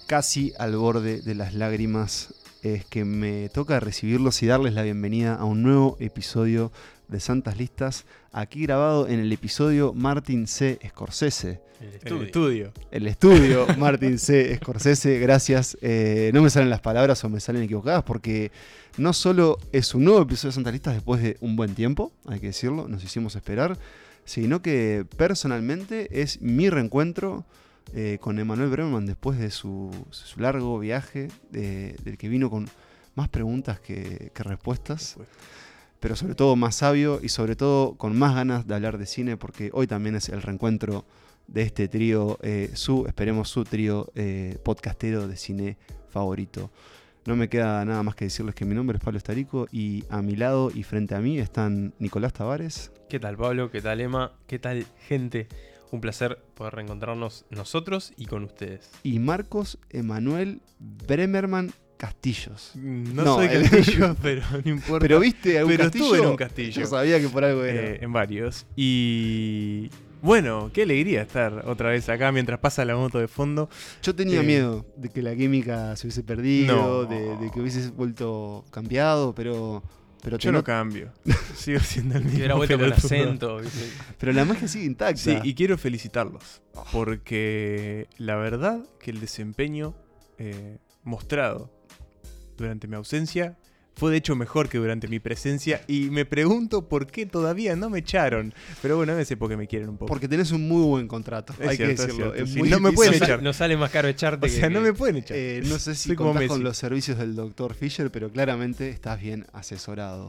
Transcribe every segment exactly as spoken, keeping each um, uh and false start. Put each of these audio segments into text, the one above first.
casi al borde de las lágrimas, es que me toca recibirlos y darles la bienvenida a un nuevo episodio de Santas Listas, aquí grabado en el episodio Martin C. Scorsese. El estudio. El estudio. El estudio Martin C. Scorsese, gracias. Eh, no me salen las palabras o me salen equivocadas porque no solo es un nuevo episodio de Santas Listas después de un buen tiempo, hay que decirlo, nos hicimos esperar, sino que personalmente es mi reencuentro eh, con Emanuel Bremerman después de su, su largo viaje, de, del que vino con más preguntas que, que respuestas, pero sobre todo más sabio y sobre todo con más ganas de hablar de cine, porque hoy también es el reencuentro de este trío, eh, su, esperemos su trío eh, podcastero de cine favorito. No me queda nada más que decirles que mi nombre es Pablo Estarico y a mi lado y frente a mí están Nicolás Tavares. ¿Qué tal, Pablo? ¿Qué tal, Emma? ¿Qué tal, gente? Un placer poder reencontrarnos nosotros y con ustedes. Y Marcos Emanuel Bremerman Castillos. No, No, soy el- Castillo, pero no importa. ¿Pero viste algún Pero castillo? estuve en un castillo. Yo sabía que por algo era. Eh, en varios. Y bueno, qué alegría estar otra vez acá mientras pasa la moto de fondo. Yo tenía eh, miedo de que la química se hubiese perdido, No. de, de que hubiese vuelto cambiado, pero... pero Yo te no not- cambio. Sigo siendo el mismo. Que hubiera vuelto con pelotudo. acento. ¿viste? pero la magia sigue intacta. Sí, y quiero felicitarlos. Porque la verdad que el desempeño eh, mostrado durante mi ausencia fue de hecho mejor que durante mi presencia. Y me pregunto por qué todavía no me echaron. Pero bueno, a veces porque me quieren un poco. Porque tenés un muy buen contrato, Es hay cierto, que es decirlo. cierto. Es Sí, muy no me difícil. pueden Nos, echar. sale- nos sale más caro echarte O que- sea, no que- me pueden echar. Eh, no sé si Soy como contás con Messi. los servicios del doctor Fisher, pero claramente estás bien asesorado.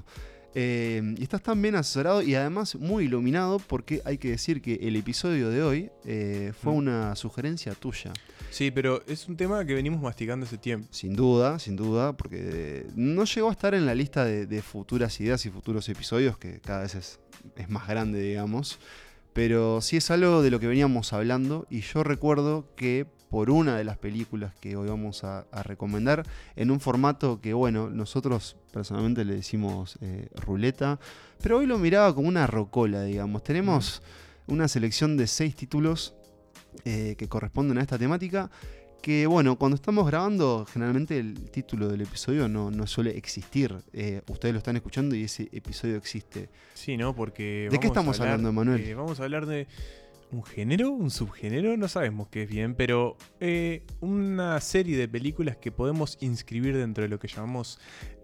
Eh, y estás tan bien asesorado y además muy iluminado porque hay que decir que el episodio de hoy eh, fue Mm. una sugerencia tuya. Sí, pero es un tema que venimos masticando ese tiempo. Sin duda, sin duda, porque no llegó a estar en la lista de, de futuras ideas y futuros episodios, que cada vez es, es más grande, digamos. Pero sí es algo de lo que veníamos hablando y yo recuerdo que por una de las películas que hoy vamos a, a recomendar, en un formato que, bueno, nosotros personalmente le decimos eh, ruleta, pero hoy lo miraba como una rocola, digamos. Tenemos una selección de seis títulos eh, que corresponden a esta temática, que bueno, cuando estamos grabando, generalmente el título del episodio no, no suele existir. Eh, ustedes lo están escuchando y ese episodio existe. Sí, ¿no? Porque. ¿De qué vamos a estamos hablar, hablando, Emanuel? eh, vamos a hablar de un género, un subgénero, no sabemos qué es bien, pero eh, una serie de películas que podemos inscribir dentro de lo que llamamos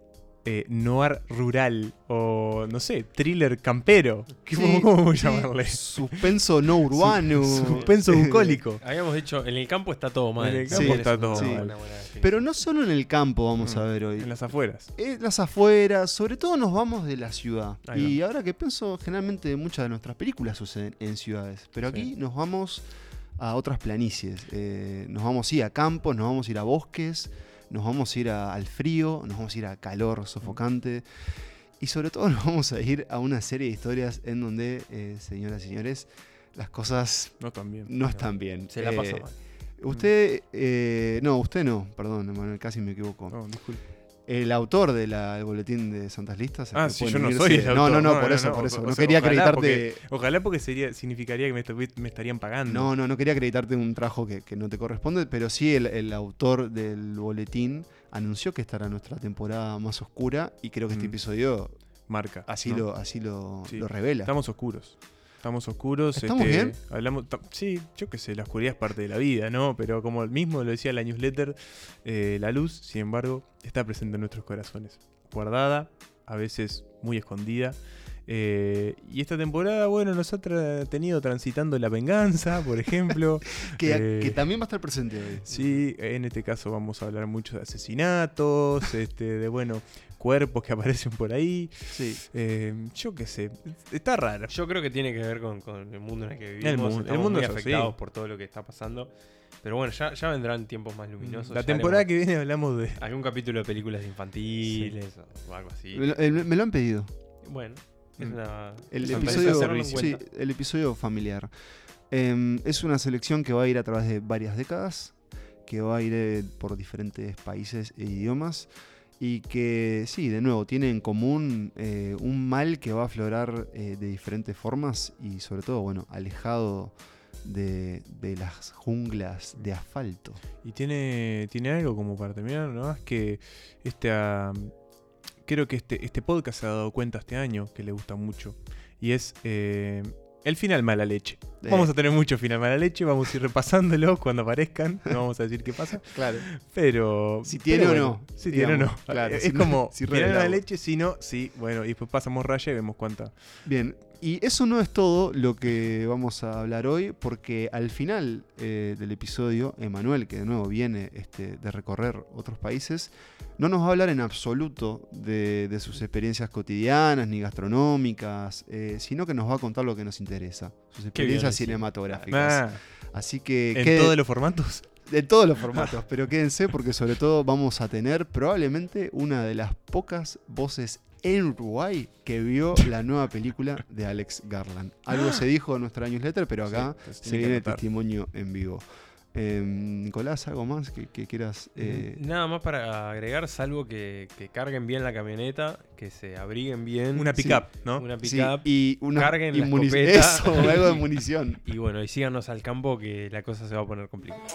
eh, noir rural o, no sé, thriller campero. ¿Qué- Sí, ¿Cómo podemos sí, llamarle? Suspenso no urbano. Suspenso bucólico. Habíamos dicho, en el campo está todo mal. En el campo Sí, está es todo una mal. buena- buena definición. Pero no solo en el campo vamos Mm, a ver hoy. En las afueras. Eh, las afueras, sobre todo nos vamos de la ciudad. Ahí Y ahora que pienso, generalmente muchas de nuestras películas suceden en ciudades. Pero aquí Sí. nos vamos a otras planicies. Eh, nos vamos a ir a campos, nos vamos a ir a bosques, nos vamos a ir a- al frío, nos vamos a ir a calor sofocante. Y sobre todo nos vamos a ir a una serie de historias en donde, eh, señoras y señores, las cosas No también. no están bien. Se la pasa Eh, mal. Usted, eh, no, usted no, perdón, Emanuel, casi me equivoco. No, disculpe. El autor del boletín de Santas Listas. el Ah, que sí, pueden yo no unirse- soy el autor. No, no, no, por eso, por eso. o No sea, quería ojalá acreditarte. porque- ojalá porque sería, significaría que me, estu- me estarían pagando. No, no, no quería acreditarte un trabajo que, que no te corresponde, pero sí el, el autor del boletín anunció que esta era nuestra temporada más oscura y creo que este Mm. episodio Marca. así ¿no? lo, así lo, Sí. lo revela. Estamos oscuros. Estamos oscuros. ¿Estamos este, bien? Hablamos, ta- sí, yo qué sé, la oscuridad es parte de la vida, ¿no? Pero como el mismo lo decía la newsletter, eh, la luz, sin embargo, está presente en nuestros corazones. Guardada, a veces muy escondida. Eh, y esta temporada, bueno, nos ha tra- tenido transitando la venganza, por ejemplo. que, eh, que también va a estar presente hoy. Sí, en este caso vamos a hablar mucho de asesinatos, este, de, bueno, cuerpos que aparecen por ahí. Sí. Eh, yo qué sé, está raro. Yo creo que tiene que ver con, con el mundo en el que vivimos. El mundo- el Estamos mundo muy es así. afectados por todo lo que está pasando. Pero bueno, ya, ya vendrán tiempos más luminosos. La ya temporada haremos que viene hablamos de... algún capítulo de películas infantiles o algo así. Me, lo, el- me lo han pedido. Bueno, es Mm. una... El es una episodio, empresa tenerlo en sí, cuenta. el episodio familiar. Eh, es una selección que va a ir a través de varias décadas, que va a ir eh, por diferentes países e idiomas, y que, sí, de nuevo, tiene en común eh, un mal que va a aflorar eh, de diferentes formas y sobre todo, bueno, alejado de, de las junglas de asfalto. Y tiene, tiene algo como para terminar, ¿no? Es que este, ah, creo que este, este podcast se ha dado cuenta este año que le gusta mucho. Y es eh, el final mala leche. Eh. Vamos a tener mucho final mala leche, vamos a ir repasándolo cuando aparezcan. No vamos a decir qué pasa. Claro. Pero. Si tiene pero o bueno, no. Si digamos, tiene o no. claro, es si como no- si final mala revelamos. leche, si no, sí. Bueno, y después pasamos raya y vemos cuánta. Bien, y eso no es todo lo que vamos a hablar hoy, porque al final eh, del episodio, Emanuel, que de nuevo viene este, de recorrer otros países, no nos va a hablar en absoluto de, de sus experiencias cotidianas ni gastronómicas, eh, sino que nos va a contar lo que nos interesa, sus experiencias bien, sí. cinematográficas. Ah, Así que en quede- todos los formatos. de todos los formatos, pero quédense porque sobre todo vamos a tener probablemente una de las pocas voces en Uruguay que vio la nueva película de Alex Garland. Algo se dijo en nuestra newsletter, pero acá Sí, se se tiene que viene el anotar. testimonio en vivo. Eh, Nicolás, ¿algo más que, que quieras? eh, Nada más para agregar, salvo que, que carguen bien la camioneta, que se abriguen bien. Una Sí. pick-up, ¿no? Una sí, pick-up. y una carguen y la munici- escopeta. Eso, algo de munición. Y bueno, y síganos al campo que la cosa se va a poner complicada.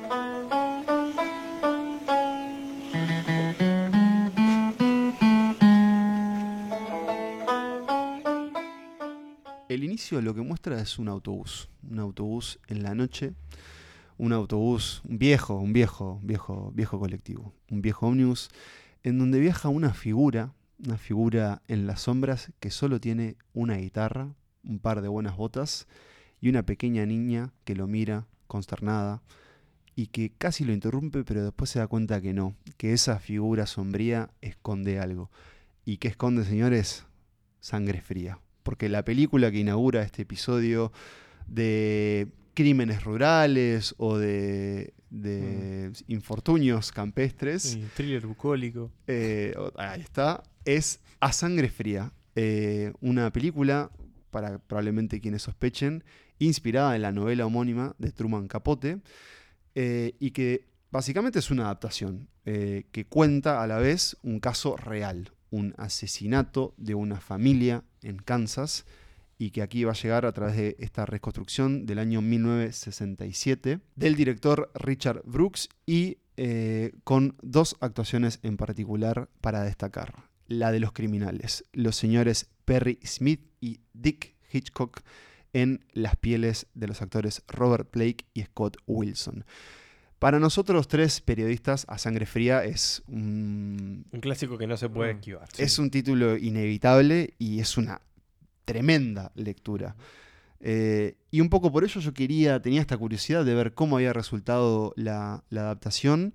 El inicio lo que muestra es un autobús, un autobús en la noche, un autobús, un viejo, un viejo, viejo, viejo colectivo, un viejo ómnibus, en donde viaja una figura, una figura en las sombras que solo tiene una guitarra, un par de buenas botas y una pequeña niña que lo mira consternada y que casi lo interrumpe, pero después se da cuenta que no, que esa figura sombría esconde algo. ¿Y qué esconde, señores? Sangre fría. Porque la película que inaugura este episodio de crímenes rurales o de, de infortunios campestres, Sí, thriller bucólico. eh, o- ahí está, es A Sangre Fría. Eh, una película, para probablemente quienes sospechen, inspirada en la novela homónima de Truman Capote, eh, y que básicamente es una adaptación eh, que cuenta a la vez un caso real, un asesinato de una familia en Kansas, y que aquí va a llegar a través de esta reconstrucción del año mil novecientos sesenta y siete del director Richard Brooks y eh, con dos actuaciones en particular para destacar. La de los criminales, los señores Perry Smith y Dick Hitchcock en las pieles de los actores Robert Blake y Scott Wilson. Para nosotros tres periodistas, A Sangre Fría es un, Un clásico que no se puede Mm. esquivar. es un título inevitable y es una tremenda lectura. Eh, y un poco por ello yo quería, tenía esta curiosidad de ver cómo había resultado la, la adaptación.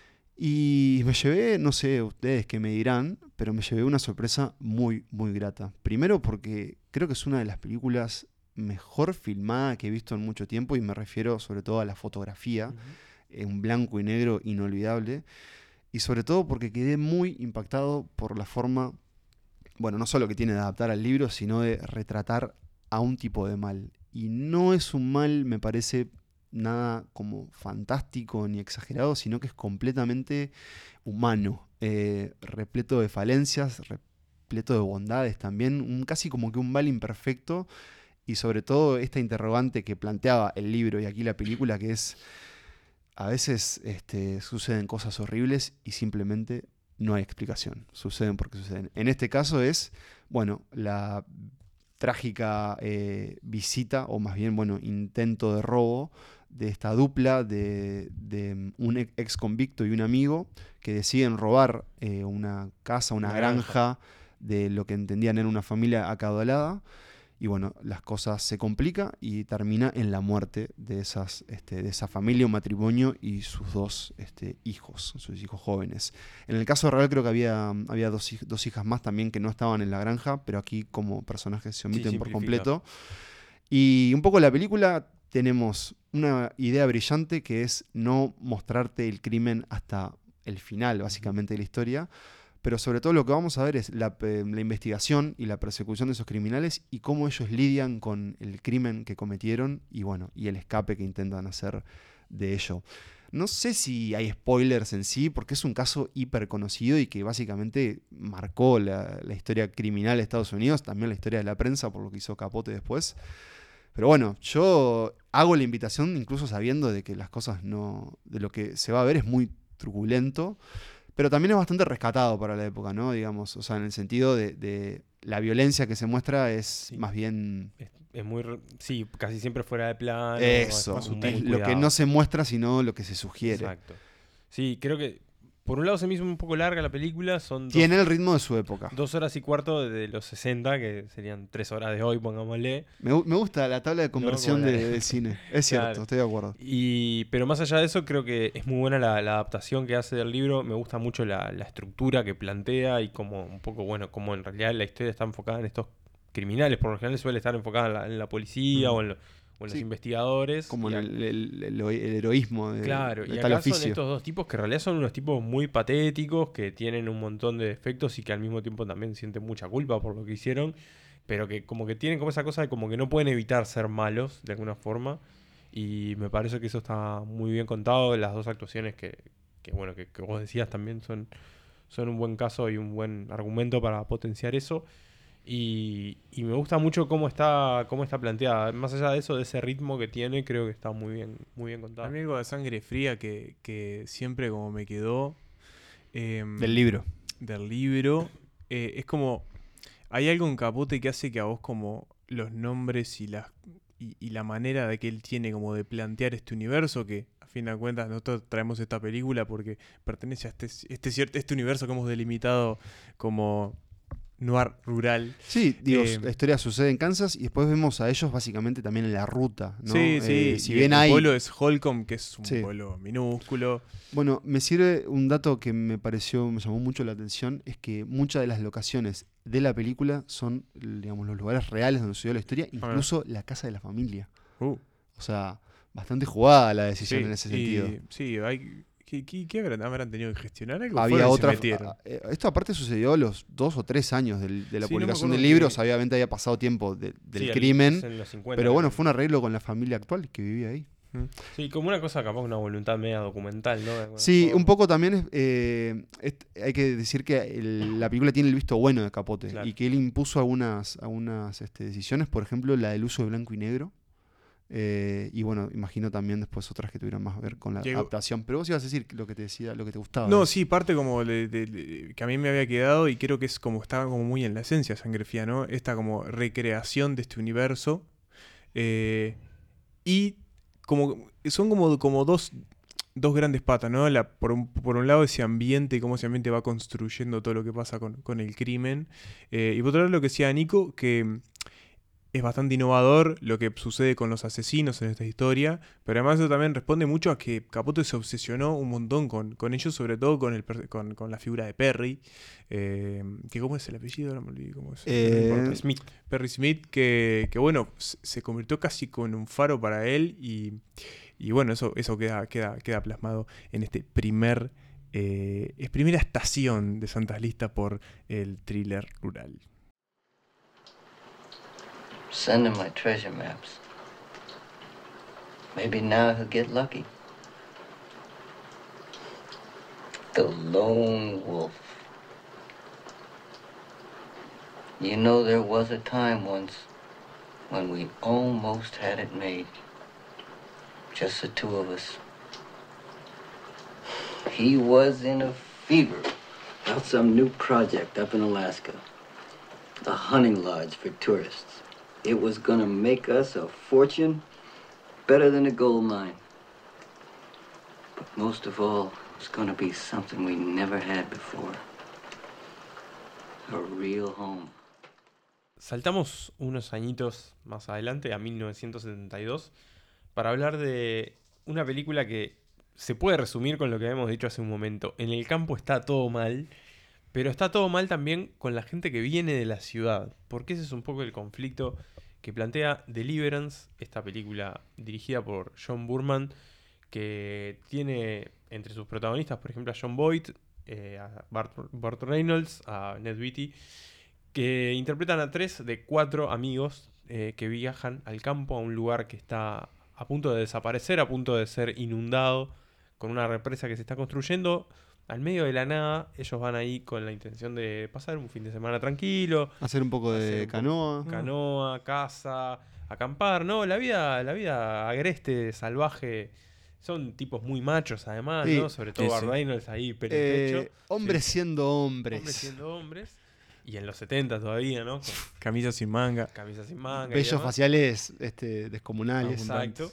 Y me llevé, no sé ustedes qué me dirán, pero me llevé una sorpresa muy, muy grata. Primero porque creo que es una de las películas mejor filmada que he visto en mucho tiempo, y me refiero sobre todo a la fotografía, Ujú. en blanco y negro inolvidable. Y sobre todo porque quedé muy impactado por la forma, bueno, no solo que tiene de adaptar al libro, sino de retratar a un tipo de mal. Y no es un mal, me parece, nada como fantástico ni exagerado, sino que es completamente humano, eh, repleto de falencias, repleto de bondades también, un, casi como que un mal imperfecto, y sobre todo esta interrogante que planteaba el libro y aquí la película, que es, a veces este, suceden cosas horribles y simplemente no hay explicación, suceden porque suceden. En este caso es, bueno, la trágica eh, visita, o más bien, bueno, intento de robo de esta dupla de, de un ex convicto y un amigo que deciden robar eh, una casa, una, Una granja, granja. de lo que entendían era una familia acaudalada. Y bueno, las cosas se complican y termina en la muerte de, esas, este, de esa familia, un matrimonio y sus dos este, hijos, sus hijos jóvenes. En el caso real creo que había, había dos, hij- dos hijas más también que no estaban en la granja, pero aquí como personajes se omiten por simplifica. completo. Y un poco la película tenemos una idea brillante que es no mostrarte el crimen hasta el final, básicamente, de la historia. Pero sobre todo lo que vamos a ver es la, eh, la investigación y la persecución de esos criminales y cómo ellos lidian con el crimen que cometieron y bueno, y el escape que intentan hacer de ello. No sé si hay spoilers en sí, porque es un caso hiper conocido y que básicamente marcó la, la historia criminal de Estados Unidos, también la historia de la prensa por lo que hizo Capote después. Pero bueno, yo hago la invitación incluso sabiendo de que las cosas no... de lo que se va a ver es muy truculento, pero también es bastante rescatado para la época, ¿no? Digamos, o sea, en el sentido de, de la violencia que se muestra es Sí. más bien... Es, es muy. re- Sí, casi siempre fuera de plano. Eso, es muy es lo que cuidado. no se muestra, sino lo que se sugiere. Exacto. Sí, creo que. Por un lado se me hizo un poco larga la película. Son dos, Tiene el ritmo de su época. dos horas y cuarto de los sesenta, que serían tres horas de hoy, pongámosle. Me, gu- me gusta la tabla de conversión como la- de, de cine. Es cierto, Claro. estoy de acuerdo. Y, pero más allá de eso, creo que es muy buena la, la adaptación que hace del libro. Me gusta mucho la, la estructura que plantea y como un poco, bueno, como en realidad la historia está enfocada en estos criminales. Por lo general suele estar enfocada en la, en la policía Mm. o en, lo- o en los Sí, investigadores. Como Y en ac- el, el- el- el heroísmo de, Claro, de y tal acá son oficio. estos dos tipos que en realidad son unos tipos muy patéticos, que tienen un montón de defectos y que al mismo tiempo también sienten mucha culpa por lo que hicieron, pero que como que tienen como esa cosa de como que no pueden evitar ser malos de alguna forma. Y me parece que eso está muy bien contado. Las dos actuaciones que, que bueno, que, que vos decías también son, son un buen caso y un buen argumento para potenciar eso. Y, y me gusta mucho cómo está, cómo está planteada. Más allá de eso, de ese ritmo que tiene, creo que está muy bien, muy bien A contado. mí algo de sangre fría que, que siempre como me quedó em, Del libro. del libro, eh, es como, hay algo en Capote que hace que a vos como los nombres y, las, y, y la manera de que él tiene como de plantear este universo, que a fin de cuentas nosotros traemos esta película porque pertenece a este, este, cierto, este universo que hemos delimitado como noir rural. Sí, digo, Eh, la historia sucede en Kansas y después vemos a ellos básicamente también en la ruta, ¿no? Sí, sí, Eh, si y bien el hay... pueblo es Holcomb, que es un Sí. pueblo minúsculo. Bueno, me sirve un dato que me pareció, me llamó mucho la atención, es que muchas de las locaciones de la película son, digamos, los lugares reales donde sucedió la historia, incluso la casa de la familia. Uh, O sea, bastante jugada la decisión sí, en ese y- sentido. Sí, hay, ¿qué, qué, qué habrán, habrán tenido que gestionar algo? Había Fueron y se otra. metieron. a- eh, Esto aparte sucedió a los dos o tres años del- de la Sí, no me publicación acuerdo del libro. que- o sea, obviamente había pasado tiempo de- del Sí, el- crimen. es en los cincuenta, Pero bueno, creo. fue un arreglo con la familia actual que vivía ahí. Sí, como una cosa capaz, una voluntad media documental, ¿no? De alguna Sí, forma. un poco también es, eh, es- hay que decir que el- la película tiene el visto bueno de Capote Claro. y que él impuso algunas, algunas este, decisiones, por ejemplo, la del uso de blanco y negro. Eh, y bueno, imagino también después otras que tuvieran más que ver con la Llegó- adaptación. Pero vos ibas a decir lo que te decía, lo que te gustaba. No, sí, parte como de, de- de- que a mí me había quedado y creo que es como estaba como muy en la esencia Sangre Fría, ¿no? Esta como recreación de este universo. eh, y como son como, como dos, dos grandes patas, ¿no? La, por, un, por un lado ese ambiente y cómo ese ambiente va construyendo todo lo que pasa con, con el crimen. eh, y por otro lado lo que decía Nico, que es bastante innovador lo que sucede con los asesinos en esta historia, pero además eso también responde mucho a que Capote se obsesionó un montón con, con ellos, sobre todo con, el, per- con, con la figura de Perry, eh, que ¿cómo es el apellido? No me olvidé cómo es. Eh, No importa. Smith. Perry Smith, que, que bueno, se se convirtió casi con un faro para él y, y bueno, eso, eso queda, queda, queda plasmado en este primer, eh, es primera estación de Santas Listas por el thriller rural. Send him my treasure maps. Maybe now he'll get lucky. The lone wolf. You know, there was a time once when we almost had it made. Just the two of us. He was in a fever about some new project up in Alaska. A hunting lodge for tourists. It was gonna make us a fortune better than a gold mine. But most of all, it was gonna be something we never had before. A real home. Saltamos unos añitos más adelante, a mil novecientos setenta y dos, para hablar de una película que se puede resumir con lo que habíamos dicho hace un momento. En el campo está todo mal, pero está todo mal también con la gente que viene de la ciudad, porque ese es un poco el conflicto que plantea Deliverance, esta película dirigida por John Boorman, que tiene entre sus protagonistas, por ejemplo, a John Boyd, eh, a Bart, Burt Reynolds, a Ned Beatty, que interpretan a tres de cuatro amigos eh, que viajan al campo, a un lugar que está a punto de desaparecer, a punto de ser inundado, con una represa que se está construyendo. Al medio de la nada, ellos van ahí con la intención de pasar un fin de semana tranquilo, Hacer un poco hacer de un poco- canoa. canoa, casa, acampar, ¿no? La vida, la vida agreste, salvaje. Son tipos muy machos, además, Sí. ¿no? Sobre todo Sí, Burt sí. Reynolds ahí, pelo en Eh, pecho. hombres Sí. siendo hombres. Hombres siendo hombres. Y en los setenta todavía, ¿no? Con Camisa sin manga. camisas sin manga. y Bellos demás. faciales este, descomunales. Exacto.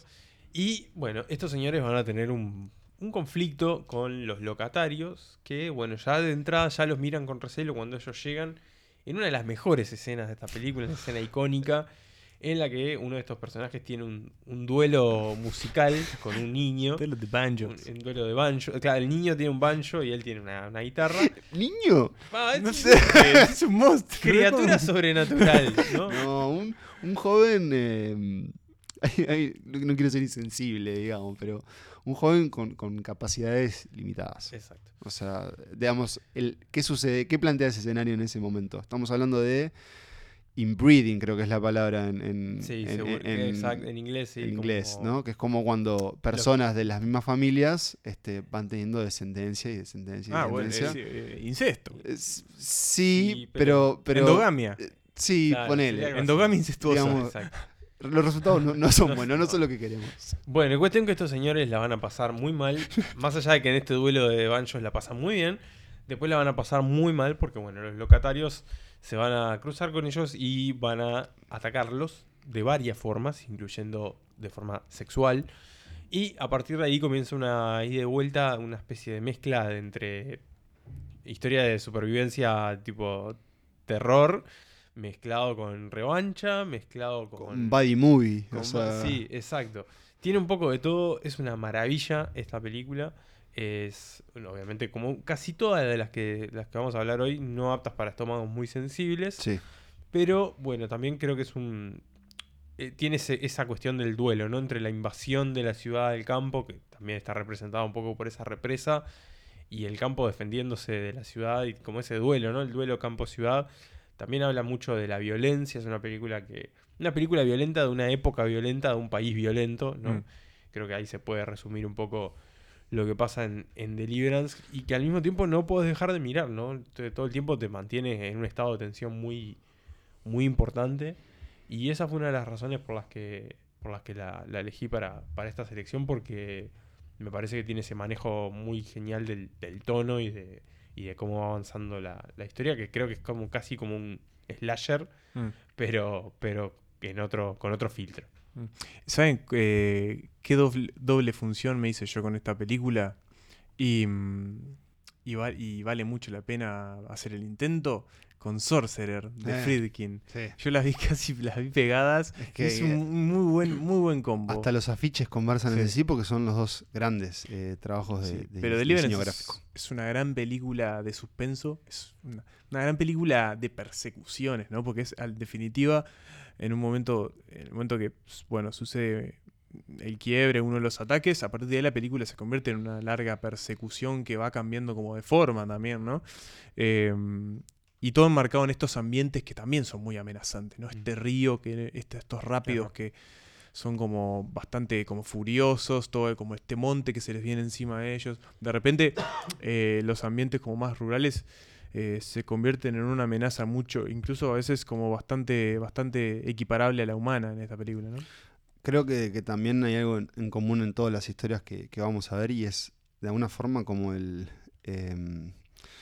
Y bueno, estos señores van a tener un, un conflicto con los locatarios que, bueno, ya de entrada ya los miran con recelo cuando ellos llegan en una de las mejores escenas de esta película, una escena icónica en la que uno de estos personajes tiene un, un duelo musical con un niño. Duelo de banjos. Un, un duelo de banjo. Claro, el niño tiene un banjo y él tiene una, una guitarra. ¿Niño? Ah, es No un- sé, es un monstruo. criatura sobrenatural, ¿no? No, un, un joven. eh, ay, ay, no, no quiero ser insensible, digamos, pero un joven con, con capacidades limitadas. Exacto. O sea, digamos, el, ¿qué sucede? ¿Qué plantea ese escenario en ese momento? Estamos hablando de inbreeding, creo que es la palabra en, en, Sí, en- seguro. en- exacto, en inglés sí. en como- inglés, ¿no? Que es como cuando personas de las mismas familias este, van teniendo descendencia y descendencia y Ah, bueno, descendencia. es, eh, incesto. Es- sí, Sí, pero, pero. Endogamia. Sí, Claro, ponele. sería algo así. Endogamia incestuosa. Digamos, Exacto. Los resultados no, no son No buenos, no son son lo que queremos. Bueno, cuestión que estos señores la van a pasar muy mal. Más allá de que en este duelo de banjos la pasan muy bien, después la van a pasar muy mal porque, bueno, los locatarios se van a cruzar con ellos y van a atacarlos de varias formas, incluyendo de forma sexual. Y a partir de ahí comienza una ida y vuelta, una especie de mezcla de entre historia de supervivencia tipo terror, mezclado con revancha, mezclado con... Un buddy movie. Con o ba- sea, Sí, exacto. Tiene un poco de todo, es una maravilla esta película. Es, bueno, obviamente, como casi todas de las que, las que vamos a hablar hoy, no aptas para estómagos muy sensibles. sí. Pero bueno, también creo que es un... eh, tiene ese- esa cuestión del duelo, ¿no? Entre la invasión de la ciudad del campo, que también está representada un poco por esa represa, y el campo defendiéndose de la ciudad, y como ese duelo, ¿no? El duelo campo-ciudad. También habla mucho de la violencia, es una película que... Una película violenta de una época violenta, de un país violento, ¿no? Mm. Creo que ahí se puede resumir un poco lo que pasa en, en Deliverance y que al mismo tiempo no puedes dejar de mirar, ¿no? Te- Todo el tiempo te mantienes en un estado de tensión muy, muy importante y esa fue una de las razones por las que, por las que la, la elegí para, para esta selección porque me parece que tiene ese manejo muy genial del, del tono y de, y de cómo va avanzando la, la historia, que creo que es como casi como un slasher, Mm. pero, pero en otro, con otro filtro. ¿Saben eh, qué doble, doble función me hice yo con esta película? Y, mm, y, va- y vale mucho la pena hacer el intento con Sorcerer de Eh. Friedkin. Sí. Yo las vi casi, las vi pegadas. Es que, es un muy buen, muy buen combo. Hasta los afiches conversan Sí. entre sí porque son los dos grandes eh, trabajos de, Sí, de pero diseño Deliverance gráfico. es, es una gran película de suspenso, es una, una gran película de persecuciones, ¿no? Porque es, en definitiva, en un momento, en el momento que, bueno, sucede el quiebre, uno de los ataques, a partir de ahí la película se convierte en una larga persecución que va cambiando como de forma también, ¿no? Eh, y todo enmarcado en estos ambientes que también son muy amenazantes, ¿no? Este río, que este- estos rápidos Claro. que son como bastante como furiosos, todo como este monte que se les viene encima de ellos. De repente, eh, los ambientes como más rurales eh, se convierten en una amenaza mucho, incluso a veces como bastante, bastante equiparable a la humana en esta película, ¿no? Creo que, que también hay algo en, en común en todas las historias que, que vamos a ver y es de alguna forma como el, em,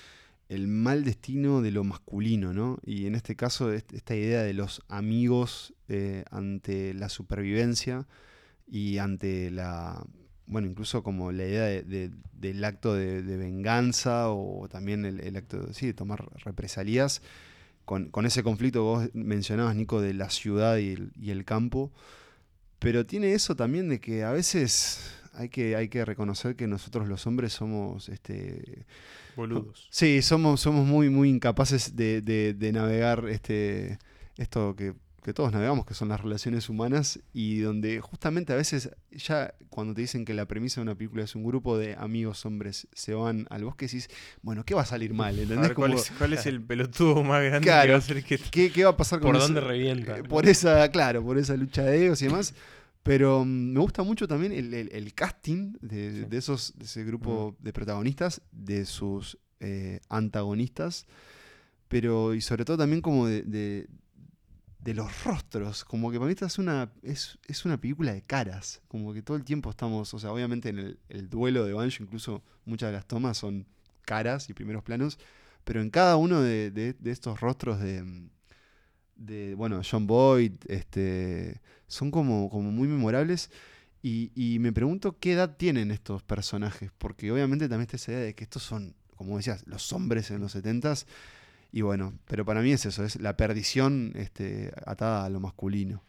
el mal destino de lo masculino, ¿no? Y en este caso est- esta idea de los amigos eh, ante la supervivencia y ante la, bueno, incluso como la idea de- de- del acto de, de venganza o también el, el acto de, sí, de tomar represalias con, con ese conflicto que vos mencionabas, Nico, de la ciudad y el, y el campo. Pero tiene eso también de que a veces hay que, hay que reconocer que nosotros los hombres somos, este, Boludos. sí, somos, somos muy, muy incapaces de, de- de navegar este, esto que, que todos navegamos, que son las relaciones humanas, y donde justamente a veces ya cuando te dicen que la premisa de una película es un grupo de amigos hombres se van al bosque, decís, bueno, ¿qué va a salir mal? A ¿Entendés? ver, ¿cuál, Como, es, cuál es el pelotudo más grande Claro. que va a hacer que... ¿qué, qué va a pasar con ¿Por eso? dónde revienta? Eh, ¿no? Por esa, claro, por esa lucha de egos y demás. Pero mm, me gusta mucho también el, el- el casting de, Sí. de esos, de ese grupo de protagonistas, de sus eh, antagonistas, pero y sobre todo también como de, de- de los rostros. Como que para mí esta es una, es, es una película de caras. Como que todo el tiempo estamos, o sea, obviamente en el, el duelo de Banjo, incluso muchas de las tomas son caras y primeros planos, pero en cada uno de, de, de estos rostros de, de, bueno, John Boyd, este, son como, como muy memorables. Y, y me pregunto qué edad tienen estos personajes, porque obviamente también está esa idea de que estos son, como decías, los hombres en los setentas. Y bueno, pero para mí es eso, es la perdición este, atada a lo masculino.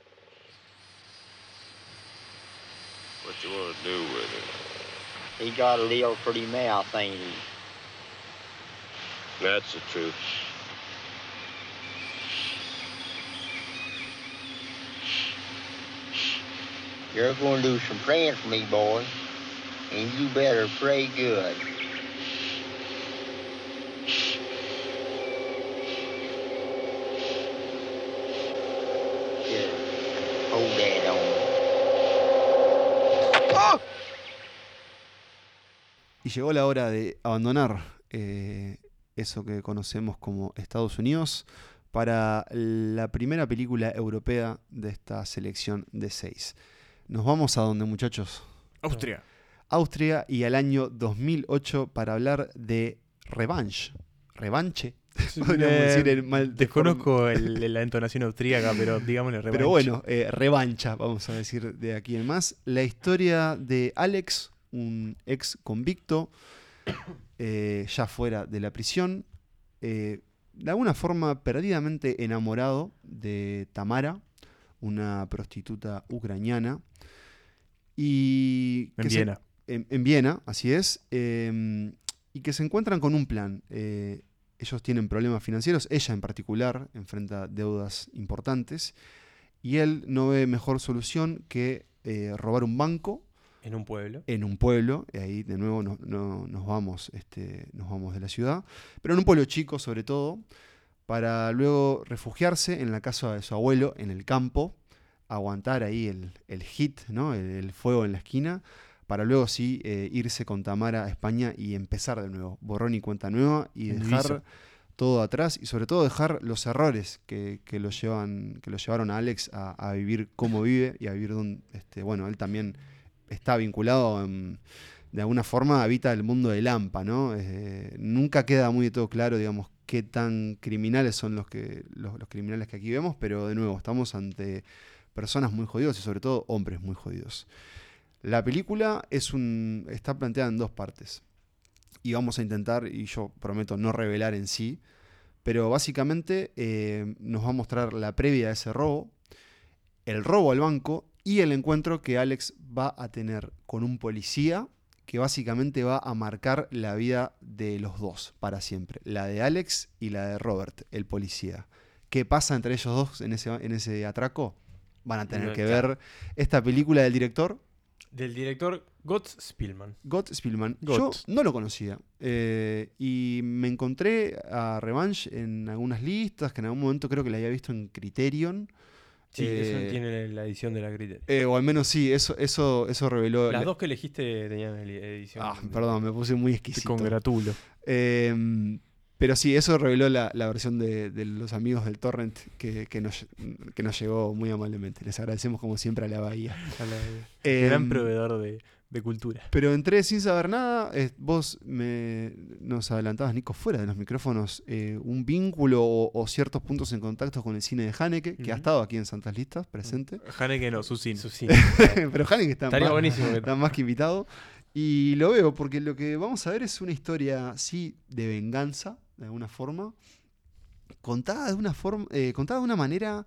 What you wanna do with it? He got a little pretty mouth, ain't he? That's the truth. You're going to do some praying for me, boy. And you better pray good. Here, hold that on. Y llegó la hora de abandonar eh, eso que conocemos como Estados Unidos para la primera película europea de esta selección de seis. Nos vamos a donde, muchachos. Austria. Austria y al año dos mil ocho para hablar de Revanche. Revanche. Podríamos Eh, decir el mal Desconozco el- la entonación austríaca, pero digámosle revancha. Pero bueno, eh, revancha, vamos a decir de aquí en más. La historia de Alex, un ex convicto, eh, ya fuera de la prisión, eh, de alguna forma perdidamente enamorado de Tamara, una prostituta ucraniana. Y En que se- Viena. en, en Viena, así es. eh, y que se encuentran con un plan. Eh, ellos tienen problemas financieros, ella en particular enfrenta deudas importantes. Y él no ve mejor solución que eh, robar un banco En un pueblo. en un pueblo, y ahí de nuevo no, no- nos, vamos, este, nos vamos de la ciudad, pero en un pueblo chico sobre todo, para luego refugiarse en la casa de su abuelo en el campo, aguantar ahí el, el hit, ¿no? el, el fuego en la esquina, para luego sí eh, irse con Tamara a España y empezar de nuevo, borrón y cuenta nueva, y En dejar Ibiza. todo atrás, y sobre todo dejar los errores que, que, lo, llevan, que lo llevaron a Alex a, a vivir como vive y a vivir donde, este, bueno, él también está vinculado en- de alguna forma, habita el mundo de Lampa, ¿no? Eh, nunca queda muy de todo claro, digamos, qué tan criminales son los, que, los, los criminales que aquí vemos, pero de nuevo, estamos ante personas muy jodidos y sobre todo hombres muy jodidos. La película es un, está planteada en dos partes y vamos a intentar, y yo prometo no revelar en sí, pero básicamente eh, nos va a mostrar la previa de ese robo, el robo al banco y el encuentro que Alex va a tener con un policía que básicamente va a marcar la vida de los dos para siempre, la de Alex y la de Robert, el policía. ¿Qué pasa entre ellos dos en ese, en ese atraco? Van a tener No, que claro. ver esta película del director Del director Götz Spielmann. Gott Spielmann. Gott. Yo no lo conocía. eh, y me encontré a Revanche en algunas listas, que en algún momento creo que la había visto en Criterion. Sí, Eh, eso tiene la edición de la Criterion. eh, o al menos sí, eso, eso, eso reveló. Las la- dos que elegiste tenían la edición. Ah, de- perdón, me puse muy Te exquisito. congratulo. Eh, pero sí, eso reveló la, la versión de, de los amigos del Torrent que, que, nos, que nos llegó muy amablemente. Les agradecemos como siempre a la Bahía. A la- Eh, gran proveedor de, de cultura. Pero entré sin saber nada. eh, vos me, nos adelantabas, Nico, fuera de los micrófonos, eh, un vínculo o, o ciertos puntos en contacto con el cine de Haneke, que ha Ujú. estado aquí en Santas Listas, presente. Haneke no, su cine. Su cine. Pero Haneke está Estaría más, buenísimo que- está más que invitado. Y lo veo porque lo que vamos a ver es una historia, sí, de venganza, de alguna forma, contada de una, forma, eh, contada de una manera,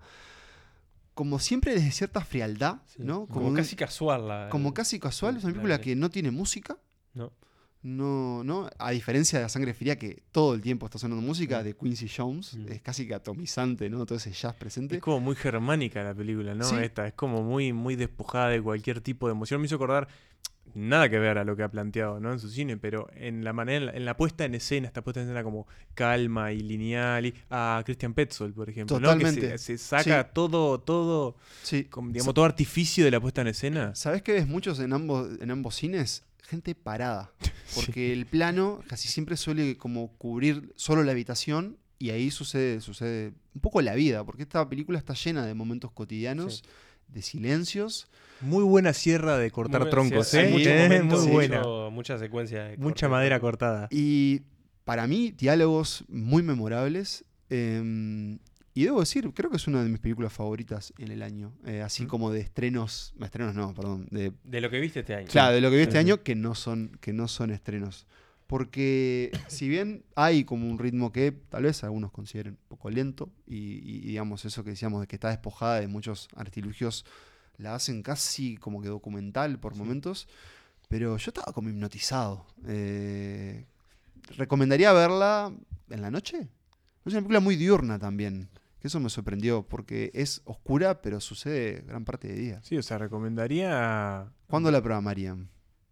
como siempre, desde cierta frialdad, Sí, ¿no? Como, un- casi casual. La, como casi casual. Es una la- película la- que no tiene música. No. No, no, a diferencia de La Sangre Fría, que todo el tiempo está sonando música, Mm. de Quincy Jones, Mm. es casi que atomizante, ¿no? Todo ese jazz presente. Es como muy germánica la película, ¿no? Sí. Esta es como muy, muy despojada de cualquier tipo de emoción. Me hizo acordar, nada que ver a lo que ha planteado, ¿no? En su cine, pero en la manera, en la puesta en escena, esta puesta en escena como calma y lineal, y a Christian Petzold, por ejemplo, ¿no? Que Totalmente. se, se saca Sí. todo, todo, Sí. como, digamos, todo artificio de la puesta en escena. ¿Sabés qué ves muchos en ambos, en ambos cines? Gente parada. Porque el plano casi siempre suele como cubrir solo la habitación y ahí sucede, sucede un poco la vida, porque esta película está llena de momentos cotidianos, Sí. de silencios. Muy buena sierra de cortar Muy- troncos, sí, ¿eh? hay muchos Eh, momentos, muy buena. mucho- mucha secuencia de Mucha corte, madera ¿no? cortada. Y para mí, diálogos muy memorables. eh, y debo decir, creo que es una de mis películas favoritas en el año. eh, así Mm. como de estrenos, estrenos no, perdón, de De lo que viste este año. Claro, de lo que vi este Sí, sí. año, que no son, que no son estrenos. Porque si bien hay como un ritmo que tal vez algunos consideren un poco lento, y, y, digamos eso que decíamos de que está despojada de muchos artilugios, la hacen casi como que documental por momentos, pero yo estaba como hipnotizado. Eh, ¿recomendaría verla en la noche? Es una película muy diurna también, que eso me sorprendió, porque es oscura, pero sucede gran parte de día. Sí, o sea, recomendaría ¿Cuándo la programarían?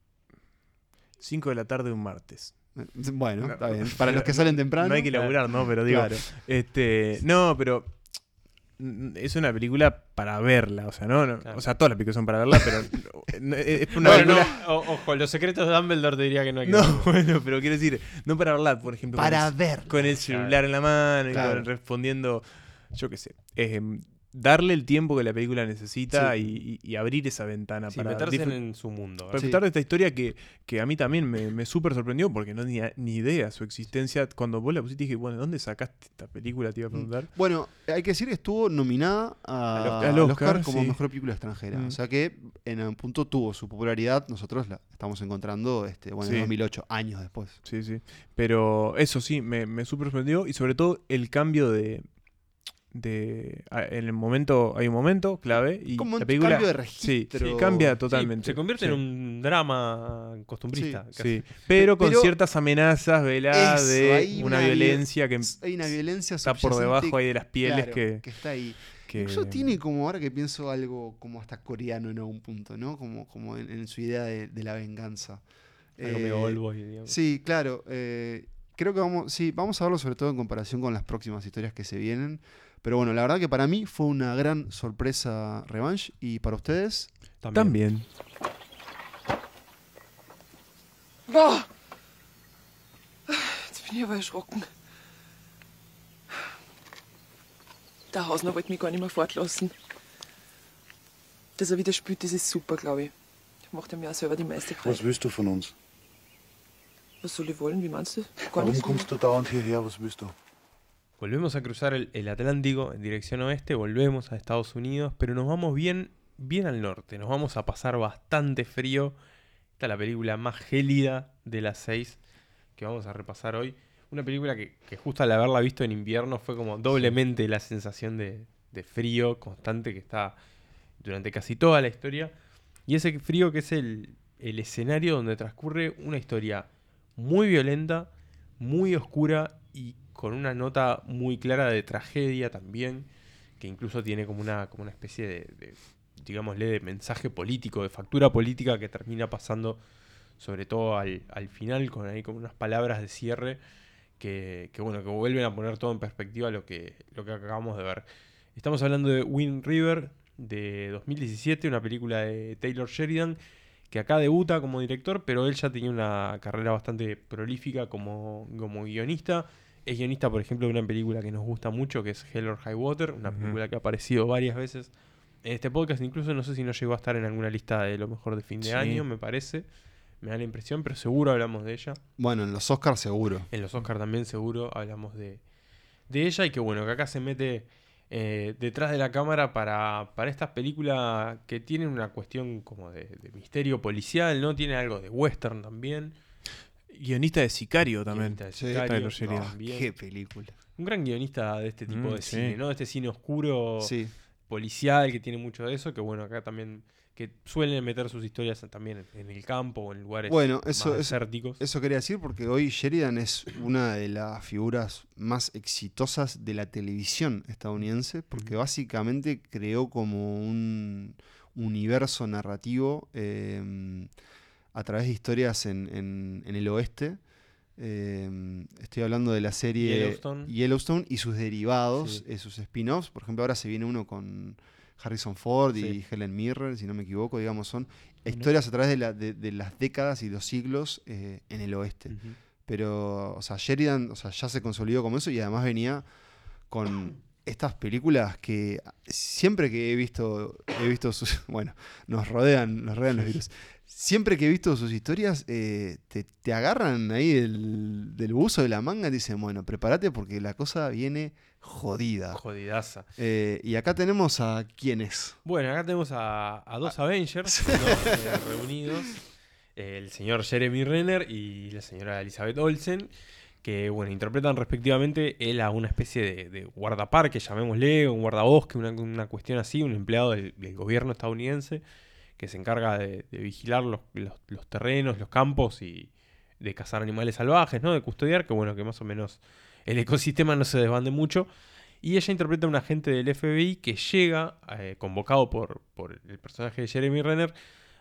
cinco de la tarde un martes. Bueno, No, está bien. Para los que salen temprano. No hay que laburar, ¿no? Pero digo, Claro. este, no, pero mm, es una película para verla, o sea, no, no- Claro. o sea, todas las películas son para verla, pero no, es una No, película. no, o- ojo, los secretos de Dumbledore te diría que no hay que No, verlo. bueno, pero quiero decir, no para verla, por ejemplo, con Para el- ver. con el celular en la mano y Claro. con- respondiendo, yo qué sé, eh, darle el tiempo que la película necesita Sí. y, y- y abrir esa ventana Sí, para meterse en, disfr- en su mundo. para ¿verdad? disfrutar de esta historia que, que a mí también me, me súper sorprendió porque no tenía ni idea su existencia. Cuando vos la pusiste dije, bueno, ¿de dónde sacaste esta película? Te iba a preguntar. Bueno, hay que decir que estuvo nominada a- Al Oscar, al Oscar, Oscar, como sí. mejor película extranjera. Mm. O sea que en un punto tuvo su popularidad. Nosotros la estamos encontrando este, bueno, Sí. en dos mil ocho, años después. Sí, sí. Pero eso sí, me, me súper sorprendió y sobre todo el cambio de... de a- en el momento, hay un momento clave y Como la un película cambio de sí, registro. sí, cambia Sí, totalmente. se convierte Sí. en un drama costumbrista. Sí, casi. Sí, pero con Pero- ciertas amenazas veladas Eso, de hay una, una vi- violencia que Hay una violencia está por subyacente, debajo ahí de las pieles claro, que, está ahí. que- Incluso tiene como, ahora que pienso, algo como hasta coreano en algún punto, ¿no? Como, como en, en su idea de, de la venganza. Algo Eh, medio old boy, digamos. Sí, claro. eh, creo que vamos, sí, vamos a verlo sobre todo en comparación con las próximas historias que se vienen. Pero bueno, la verdad que para mí fue una gran sorpresa Revenge. Y para ustedes, también. Boah! Jetzt bin ich aber erschrocken. Der Hausner wollte mich gar nicht mehr fortlassen. Dass er wieder spielt, das ist super, glaube ich. Das macht er mir auch selber die meiste Freude. Was willst du von uns? Was soll ich wollen? Wie meinst du? Gar Warum nichts. kommst du dauernd hierher? Was willst du? Volvemos a cruzar el, el Atlántico en dirección oeste, volvemos a Estados Unidos, pero nos vamos bien, bien al norte. Nos vamos a pasar bastante frío. Esta es la película más gélida de las seis que vamos a repasar hoy. Una película que, que justo al haberla visto en invierno fue como doblemente la sensación de, de frío constante que está durante casi toda la historia. Y ese frío que es el, el escenario donde transcurre una historia muy violenta, muy oscura y con una nota muy clara de tragedia también, que incluso tiene como una, como una especie de, de, digámosle, de mensaje político, de factura política que termina pasando sobre todo al, al final, con ahí como unas palabras de cierre que, que bueno, que vuelven a poner todo en perspectiva lo que, lo que acabamos de ver. Estamos hablando de Wind River de dos mil diecisiete, una película de Taylor Sheridan, que acá debuta como director, pero él ya tenía una carrera bastante prolífica como, como guionista. Es guionista, por ejemplo, de una película que nos gusta mucho, que es Hell or High Water, una Ujú. película que ha aparecido varias veces en este podcast. Incluso no sé si no llegó a estar en alguna lista de lo mejor de fin de Sí. año, me parece. Me da la impresión, pero seguro hablamos de ella. bueno, en los Oscars seguro. En los Oscars también seguro hablamos de, de ella. Y que bueno, que acá se mete eh, detrás de la cámara para, para estas películas que tienen una cuestión como de, de misterio policial, ¿no? Tiene algo de western también. Guionista de Sicario también. Guionista de Sí, Sicario Taylor Sheridan. también. Qué película. Un gran guionista de este tipo Mm, de sí. cine, ¿no? De este cine oscuro, Sí. policial, que tiene mucho de eso, que bueno, acá también, que suelen meter sus historias también en, en el campo o en lugares Bueno, más eso, eso, desérticos. eso quería decir porque hoy Sheridan es una de las figuras más exitosas de la televisión estadounidense, porque básicamente creó como un universo narrativo eh, a través de historias en, en- en el oeste. Eh, estoy hablando de la serie Yellowstone. Yellowstone y sus derivados, Sí. eh, sus spin-offs. Por ejemplo, ahora se viene uno con Harrison Ford y Sí. Helen Mirren, si no me equivoco, digamos, son historias a través de, la- de- de las décadas y los siglos eh, en el oeste. Ujú. pero, o sea, Sheridan, o sea, ya se consolidó como eso y además venía con estas películas que siempre que he visto, he visto sus, bueno, nos rodean, nos rodean los virus. Siempre que he visto sus historias, eh, te, te agarran ahí del, del buzo de la manga y te dicen, bueno, prepárate porque la cosa viene jodida. Jodidaza. Eh, y acá tenemos a quiénes. Bueno, acá tenemos a, a dos Avengers ¿no? eh, reunidos. El señor Jeremy Renner y la señora Elizabeth Olsen, que bueno, interpretan respectivamente él a una especie de, de guardaparque, llamémosle, un guardabosque, una, una cuestión así, un empleado del, del gobierno estadounidense que se encarga de, de vigilar los, los, los terrenos, los campos y de cazar animales salvajes, ¿no? De custodiar, que bueno, que más o menos el ecosistema no se desbande mucho. Y ella interpreta a un agente del F B I que llega, eh, convocado por, por el personaje de Jeremy Renner,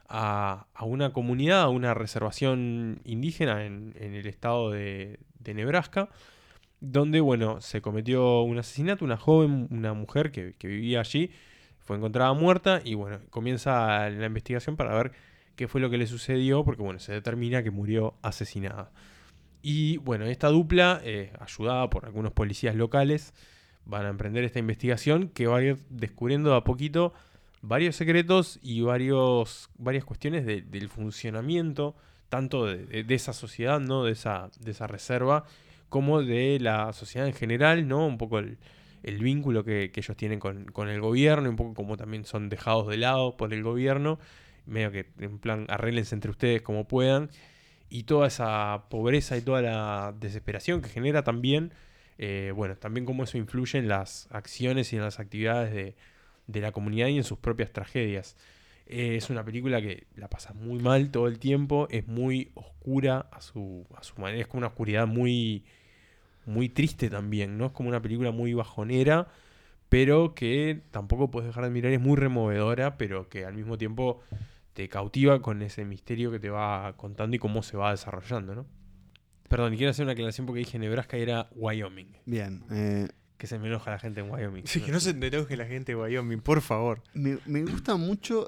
a, a una comunidad, a una reservación indígena en, en el estado de, de Nebraska, donde, bueno, se cometió un asesinato, una joven, una mujer que, que vivía allí, fue encontrada muerta y, bueno, comienza la investigación para ver qué fue lo que le sucedió, porque, bueno, se determina que murió asesinada. Y, bueno, esta dupla, eh, ayudada por algunos policías locales, van a emprender esta investigación que va a ir descubriendo de a poquito varios secretos y varios, varias cuestiones de, del funcionamiento tanto de, de, de esa sociedad, ¿no? de, esa, de esa reserva, como de la sociedad en general, ¿no? Un poco el, el vínculo que, que ellos tienen con, con el gobierno, y un poco como también son dejados de lado por el gobierno, medio que en plan arréglense entre ustedes como puedan, y toda esa pobreza y toda la desesperación que genera también. Eh, bueno, también cómo eso influye en las acciones y en las actividades de, de la comunidad y en sus propias tragedias. Eh, es una película que la pasa muy mal todo el tiempo, es muy oscura a su, a su manera, es como una oscuridad muy, muy triste también, ¿no? Es como una película muy bajonera, pero que tampoco puedes dejar de mirar, es muy removedora, pero que al mismo tiempo te cautiva con ese misterio que te va contando y cómo se va desarrollando, ¿no? Perdón, y quiero hacer una aclaración porque dije Nebraska y era Wyoming. Bien. Eh, que se me enoja la gente en Wyoming. Sí, que no se enoje la gente de Wyoming, por favor. Me, me gusta mucho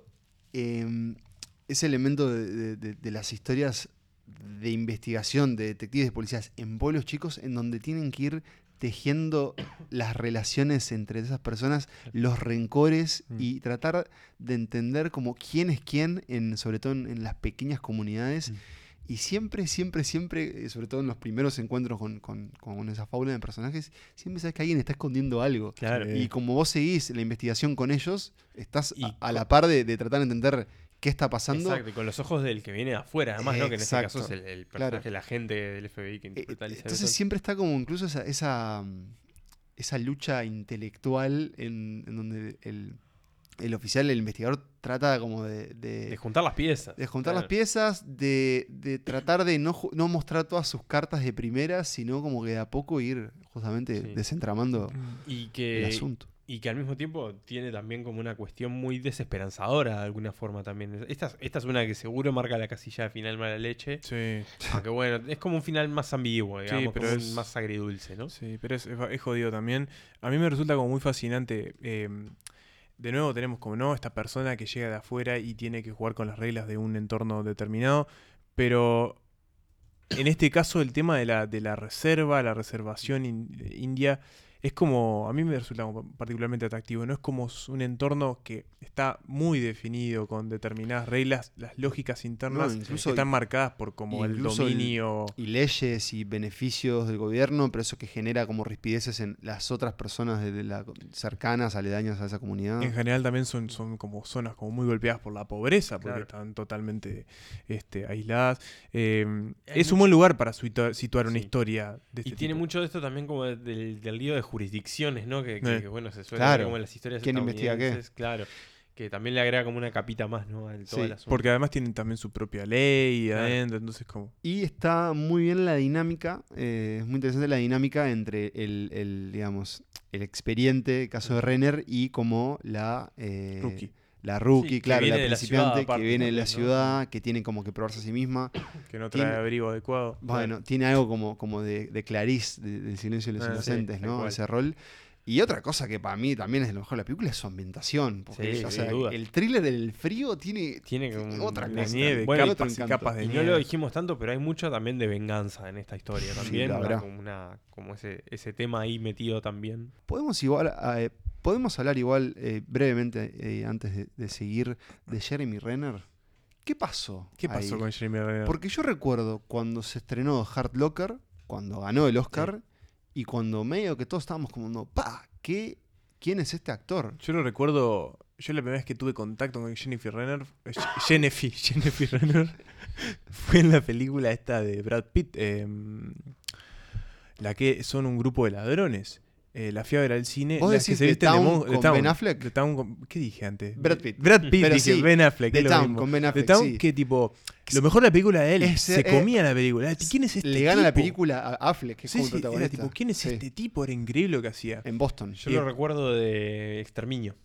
eh, ese elemento de, de, de, de las historias de investigación de detectives, de policías en pueblos chicos en donde tienen que ir tejiendo las relaciones entre esas personas, los rencores mm. y tratar de entender como quién es quién, en, sobre todo en, en las pequeñas comunidades. Mm. Y siempre, siempre, siempre, sobre todo en los primeros encuentros con, con, con esa fauna de personajes, siempre sabes que alguien está escondiendo algo. Claro. Y como vos seguís la investigación con ellos, estás a, a la par de, de tratar de entender qué está pasando. Exacto, y con los ojos del que viene de afuera, además, ¿no? Que en este Exacto. caso es el, el personaje, claro. el agente del F B I que interpreta a Elizabeth. Entonces siempre está como incluso esa, esa, esa lucha intelectual en, en donde el... el oficial, el investigador, trata como de... De, de juntar las piezas. De juntar claro. las piezas, de, de tratar de no, no mostrar todas sus cartas de primera, sino como que de a poco ir justamente sí. desentramando y que, el asunto. Y que al mismo tiempo tiene también como una cuestión muy desesperanzadora de alguna forma también. Esta, esta es una que seguro marca la casilla de final mala leche. Sí. Aunque bueno, es como un final más ambiguo, digamos, sí, pero como es, más agridulce, ¿no? Sí, pero es, es jodido también. A mí me resulta como muy fascinante... Eh, De nuevo tenemos como no esta persona que llega de afuera y tiene que jugar con las reglas de un entorno determinado, pero en este caso el tema de la, de la reserva, la reservación in, india, es como, a mí me resulta particularmente atractivo, no es como un entorno que está muy definido con determinadas reglas, las lógicas internas no, están marcadas por como el dominio... El, y leyes y beneficios del gobierno, pero eso que genera como rispideces en las otras personas de, de la, cercanas, aledañas a esa comunidad. En general también son, son como zonas como muy golpeadas por la pobreza, porque claro. están totalmente este, aisladas. Eh, es un buen lugar para situar, situar una sí. historia de este Y tiene tipo. mucho de esto también como del, del lío de jurisdicciones, ¿no? Que, que, eh. que bueno, se suele claro. ver como en las historias ¿Quién investiga qué? Claro. Que también le agrega como una capita más, ¿no? Al todo sí, el asunto. Porque además tienen también su propia ley claro. adentro, entonces como... Y está muy bien la dinámica, eh, es muy interesante la dinámica entre el, el digamos, el experiente caso de Renner y como la... Eh, rookie. La rookie, sí, claro, la de principiante, la ciudad, aparte, que viene de la ¿no? ciudad, que tiene como que probarse a sí misma. Que no trae tiene, abrigo adecuado. Bueno, claro. tiene algo como, como de, de Clarice, de, del silencio de los ah, inocentes, sí, ¿no? igual. Ese rol. Y otra cosa que para mí también es lo mejor de la película es su ambientación. Porque, Sí, o sin sea, duda. el thriller del frío tiene, Tiene como otra la cosa. nieve, Bueno, y capas otro y encanto. capas de Y no nieve. lo dijimos tanto, pero hay mucho también de venganza en esta historia Sí, también. la una- verdad. como, una, como ese, ese tema ahí metido también. Podemos igual eh, podemos hablar igual eh, brevemente eh, antes de, de seguir de Jeremy Renner. ¿Qué pasó? ¿Qué pasó ahí? con Jeremy Renner? Porque yo recuerdo cuando se estrenó Hurt Locker, cuando ganó el Oscar, y cuando medio que todos estábamos como, no, pa, ¿qué? ¿Quién es este actor? Yo lo recuerdo, yo la primera vez que tuve contacto con Jennifer Renner, eh, Jennifer, Jennifer Renner, fue en la película esta de Brad Pitt, eh, la que son un grupo de ladrones. Eh, la fui a ver al cine. ¿Vos las decís que se The visten de Town mon- con The Town. Ben Affleck? The Town con- ¿Qué dije antes? Brad Pitt. Brad Pitt, Pero dije sí, Ben Affleck. The es lo Town mismo. con Ben The Affleck, Town, sí. que tipo, lo mejor de la película de él, Es, se eh, comía la película. ¿Quién es este Le gana la tipo? película a Affleck, que es Sí, como sí, era protagonista. tipo, ¿quién es Sí, este tipo? Era increíble lo que hacía. En Boston. Yo Bien. lo recuerdo de Exterminio.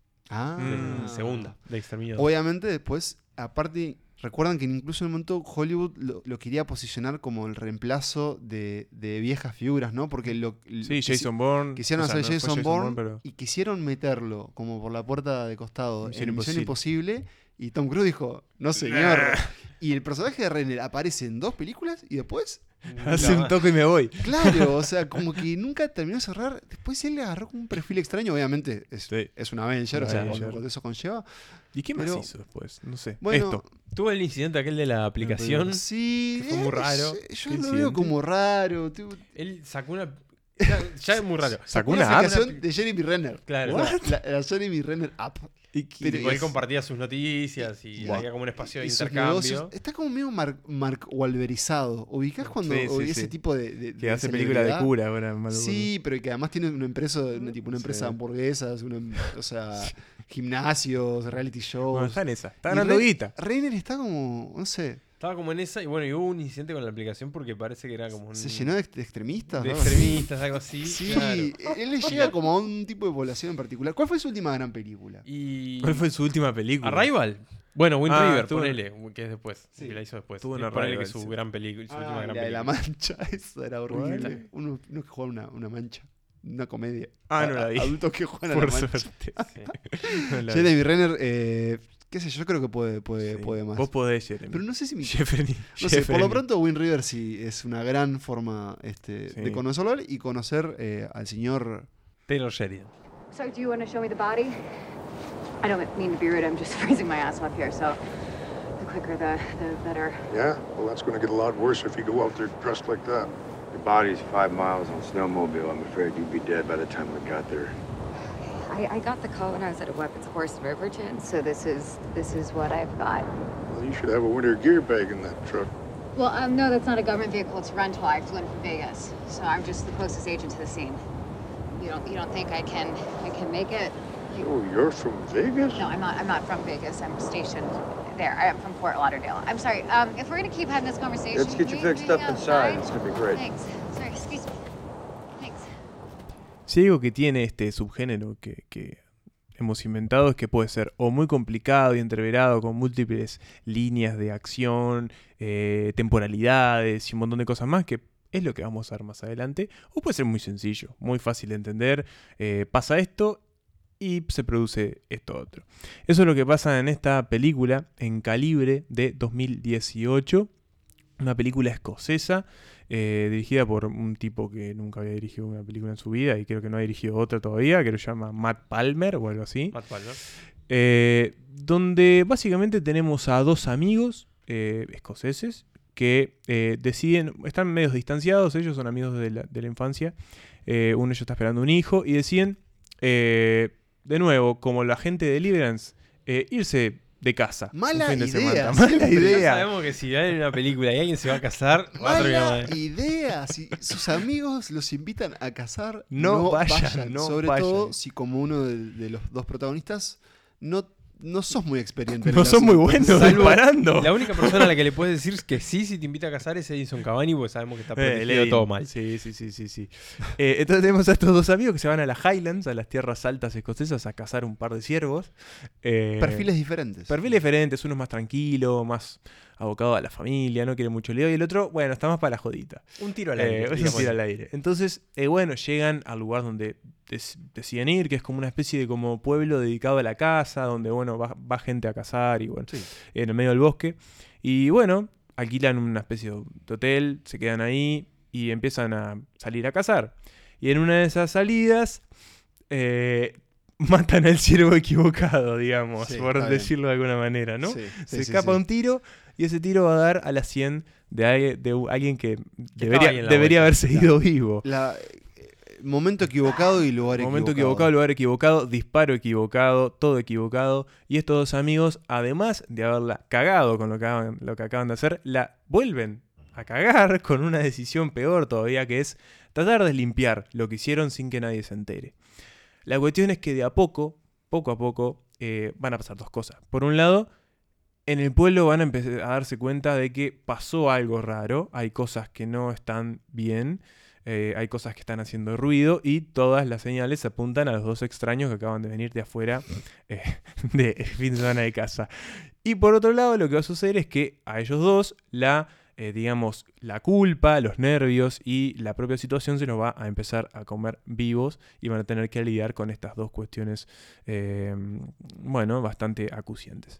Ah. de segunda. De Exterminio dos. Obviamente después, aparte, recuerdan que incluso en un momento Hollywood lo, lo quería posicionar como el reemplazo de, de viejas figuras, ¿no? Porque lo, Sí, Jason Bourne. quisieron o sea, hacer no fue Jason, Bourne, pero- y quisieron meterlo como por la puerta de costado Misión en Misión Imposible. Imposible. Y Tom Cruise dijo, no señor. Y el personaje de Renner aparece en dos películas y después, Hace un toque y me voy. claro, o sea, como que nunca terminó de cerrar. Después él le agarró como un perfil extraño, obviamente es, Sí. es un Avenger, Un o sea, Avenger. con lo que eso conlleva. ¿Y qué más Pero- hizo después? No sé. Bueno, Esto. Tuvo el incidente aquel de la aplicación. Sí, que fue muy eh, raro. Yo, yo ¿Qué lo veo incidente? como raro. tipo, Él sacó una. Ya, ya es muy raro. Sacó una una app. aplicación de Jeremy Renner. Claro. La, la- la Jeremy Renner app. Y- Pero Tipo, él es- compartía sus noticias y Buah. había como un espacio de y sus intercambio. negocios. Está como medio Mark, Mark Wahlberizado. ¿Ubicás cuando Sí, sí, ese sí. tipo de, de- Que de hace películas de celebridad? cura ahora. malo Sí, pero que además tiene una empresa, una, tipo, una empresa Sí. de hamburguesas, una, o sea, gimnasios, reality bueno. shows. Bueno, está en esa. Está Y ganando Re- guita. Renner está como, no sé, Estaba como en esa y bueno, y hubo un incidente con la aplicación porque parece que era como un. se llenó de, de extremistas. de ¿no? extremistas, algo así. Sí, claro. él le llega como a un tipo de población en particular. ¿Cuál fue su última gran película? Y. ¿Cuál fue su última película? Arrival. Bueno, Wind Ah, River, tuvo- ponele, que es después. Sí. que la hizo después. Tuvo Y una ponele Arrival, que es su sí. gran película, su Ah, última gran la de la película. mancha, eso era horrible. Uno, uno que juega una, una mancha, una comedia. Ah, no la A- vi. Adultos que juegan a Por la mancha. suerte. Sí. No la vi. Jeremy Renner, eh, qué sé yo, yo creo que puede, puede, Sí. puede más. Vos podés, Jeremy. Pero no sé si mi- Jeffrey. no sé, por lo pronto Wind River sí es una gran forma este, Sí. de conocerlo a él y conocer eh, al señor. Taylor Sheridan. So, do you want to show me the body? I don't mean to be rude. I'm just freezing my ass off here. So, the quicker, the the better. Yeah? Well, that's going to get a lot worse if you go out there dressed like that. Your body's five miles on snowmobile. I'm afraid you'd be dead by the time we got there. I, I got the call when I was at a weapons course in Riverton. So this is this is what I've got. Well, you should have a winter gear bag in that truck. Well, um, no, that's not a government vehicle. It's a rental. I flew in from Vegas, so I'm just the closest agent to the scene. You don't you don't think I can I can make it? So you're from Vegas? No, I'm not. I'm not from Vegas. I'm stationed there. I'm from Fort Lauderdale. I'm sorry. Um, if we're gonna keep having this conversation, Let's get you can we- fixed can we up inside. outside? It's gonna be great. Thanks. Sorry. Excuse me. Thanks. Si algo que tiene este subgénero que, que hemos inventado es que puede ser o muy complicado y entreverado con múltiples líneas de acción, eh, temporalidades y un montón de cosas más que es lo que vamos a ver más adelante, o puede ser muy sencillo, muy fácil de entender, eh, pasa esto y se produce esto otro. Eso es lo que pasa en esta película en Calibre de dos mil dieciocho, una película escocesa eh, dirigida por un tipo que nunca había dirigido una película en su vida y creo que no ha dirigido otra todavía, que lo llama Matt Palmer o algo así. Matt Palmer. Eh, donde básicamente tenemos a dos amigos eh, escoceses que eh, deciden, están medio distanciados, ellos son amigos de la, de la infancia, eh, uno de ellos está esperando un hijo y deciden, eh, de nuevo, como la gente de Deliverance, eh, irse de casa. Mala un fin de idea, semana. Mala siempre. Ya idea. sabemos que si hay una película y alguien se va a casar, va a terminar Mala mal. idea. Si sus amigos los invitan a casar, No no, vayan, vayan. no Sobre vayan. todo si como uno de, de los dos protagonistas no, no sos muy experiente. en No el son muy asunto. buenos Salvo- disparando. La única persona a la que le puedes decir que sí, si te invita a casar, es Edison Cavani, porque sabemos que está Eh, protegido Levin. todo mal. Sí, sí, sí, sí, sí. Eh, entonces tenemos a estos dos amigos que se van a las Highlands, a las tierras altas escocesas, a cazar un par de ciervos. Eh, Perfiles diferentes. Perfiles diferentes, uno es más tranquilo, más abocado a la familia, no quiere mucho lío, y el otro, bueno, está más para la jodita. Un tiro al Eh, aire. es un digamos. tiro al aire. Entonces, eh, bueno, llegan al lugar donde des- deciden ir, que es como una especie de como pueblo dedicado a la caza, donde bueno va, va gente a cazar y bueno, Sí. en el medio del bosque. Y bueno, alquilan una especie de hotel, se quedan ahí y empiezan a salir a cazar. Y en una de esas salidas eh, matan al ciervo equivocado, digamos, Sí, por está bien. decirlo de alguna manera, ¿no? Sí, Se sí, sí, escapa sí. un tiro y ese tiro va a dar a las cien de, alguien- de u- alguien que estaba debería, ahí en la debería vuelta. haber seguido vivo. La, eh, momento equivocado y lugar Momento equivocado. equivocado, lugar equivocado, disparo equivocado, todo equivocado. Y estos dos amigos, además de haberla cagado con lo que acaban, lo que acaban de hacer, la vuelven a cagar con una decisión peor todavía, que es tratar de limpiar lo que hicieron sin que nadie se entere. La cuestión es que de a poco, poco a poco, eh, van a pasar dos cosas. Por un lado, en el pueblo van a empezar a darse cuenta de que pasó algo raro, hay cosas que no están bien, eh, hay cosas que están haciendo ruido y todas las señales apuntan a los dos extraños que acaban de venir de afuera eh, de fin de semana de casa. Y por otro lado, lo que va a suceder es que a ellos dos la, eh, digamos, la culpa, los nervios y la propia situación se los va a empezar a comer vivos y van a tener que lidiar con estas dos cuestiones, eh, bueno, bastante acuciantes.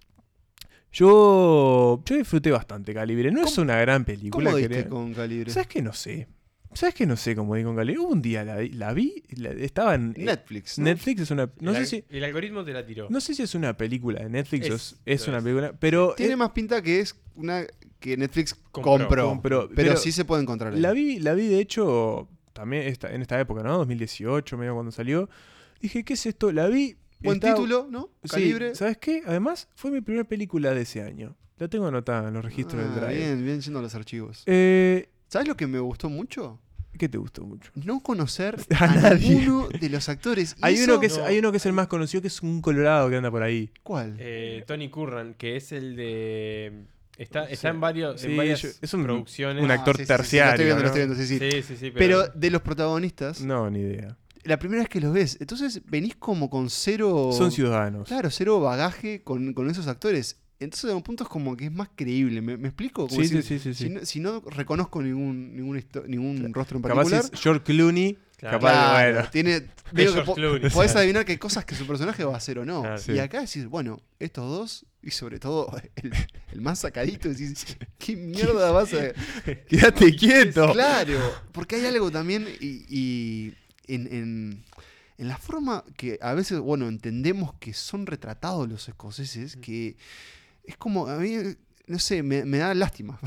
Yo, yo disfruté bastante Calibre. No es una gran película. ¿Cómo que diste le- con Calibre? ¿Sabes que no sé? ¿Sabes que no sé cómo di con Calibre? Hubo un día la, vi- la vi, la- estaba en eh, Netflix, ¿no? Netflix es una, no el, sé al- si, el algoritmo te la tiró. no sé si es una película de Netflix o Es, es, es lo una es. película, pero Tiene eh, más pinta que es una que Netflix Compró, compró. compró, pero, pero sí se puede encontrar ahí. la vi, la vi de hecho también esta, en esta época, ¿no? dos mil dieciocho, medio cuando salió. Dije, ¿qué es esto? La vi. Buen estaba- título, ¿no? Sí, Calibre. ¿sabes qué? Además, fue mi primera película de ese año. La tengo anotada en los registros del Ah, Drive. bien, bien yendo a los archivos. Eh, ¿Sabes lo que me gustó mucho? ¿Qué te gustó mucho? No conocer A a, nadie. ninguno de los actores. Y Hay eso- uno, que es, no. hay uno que es el más conocido, que es un colorado que anda por ahí. ¿Cuál? Eh, Tony Curran, que es el de... Está, está Sí. en, varios, en Sí, varias yo- es un- producciones. un actor sí, sí, sí, sí, lo terciario, estoy viendo, lo ¿no? estoy viendo, sí, sí. Sí, sí, sí. Pero Pero, de los protagonistas, No, ni idea. la primera vez que los ves, entonces venís como con cero... Son ciudadanos. Claro, cero bagaje con, con esos actores. Entonces, a un punto es como que es más creíble. ¿Me, me explico? Como Sí, si, sí, sí, sí, si sí. no, si no reconozco ningún, ningún, histo- ningún rostro en Capaz particular. es George Clooney. Claro. Capaz, Claro, bueno. tiene, digo que George po- Clooney. podés adivinar qué cosas que su personaje va a hacer o no. Claro, y sí. acá decís, bueno, estos dos, y sobre todo el, el más sacadito, decís, ¿qué mierda vas a...? Quédate quieto. Claro, porque hay algo también y, y en, en- en la forma que a veces, bueno, entendemos que son retratados los escoceses, que es como, a mí, no sé, me, me da lástima.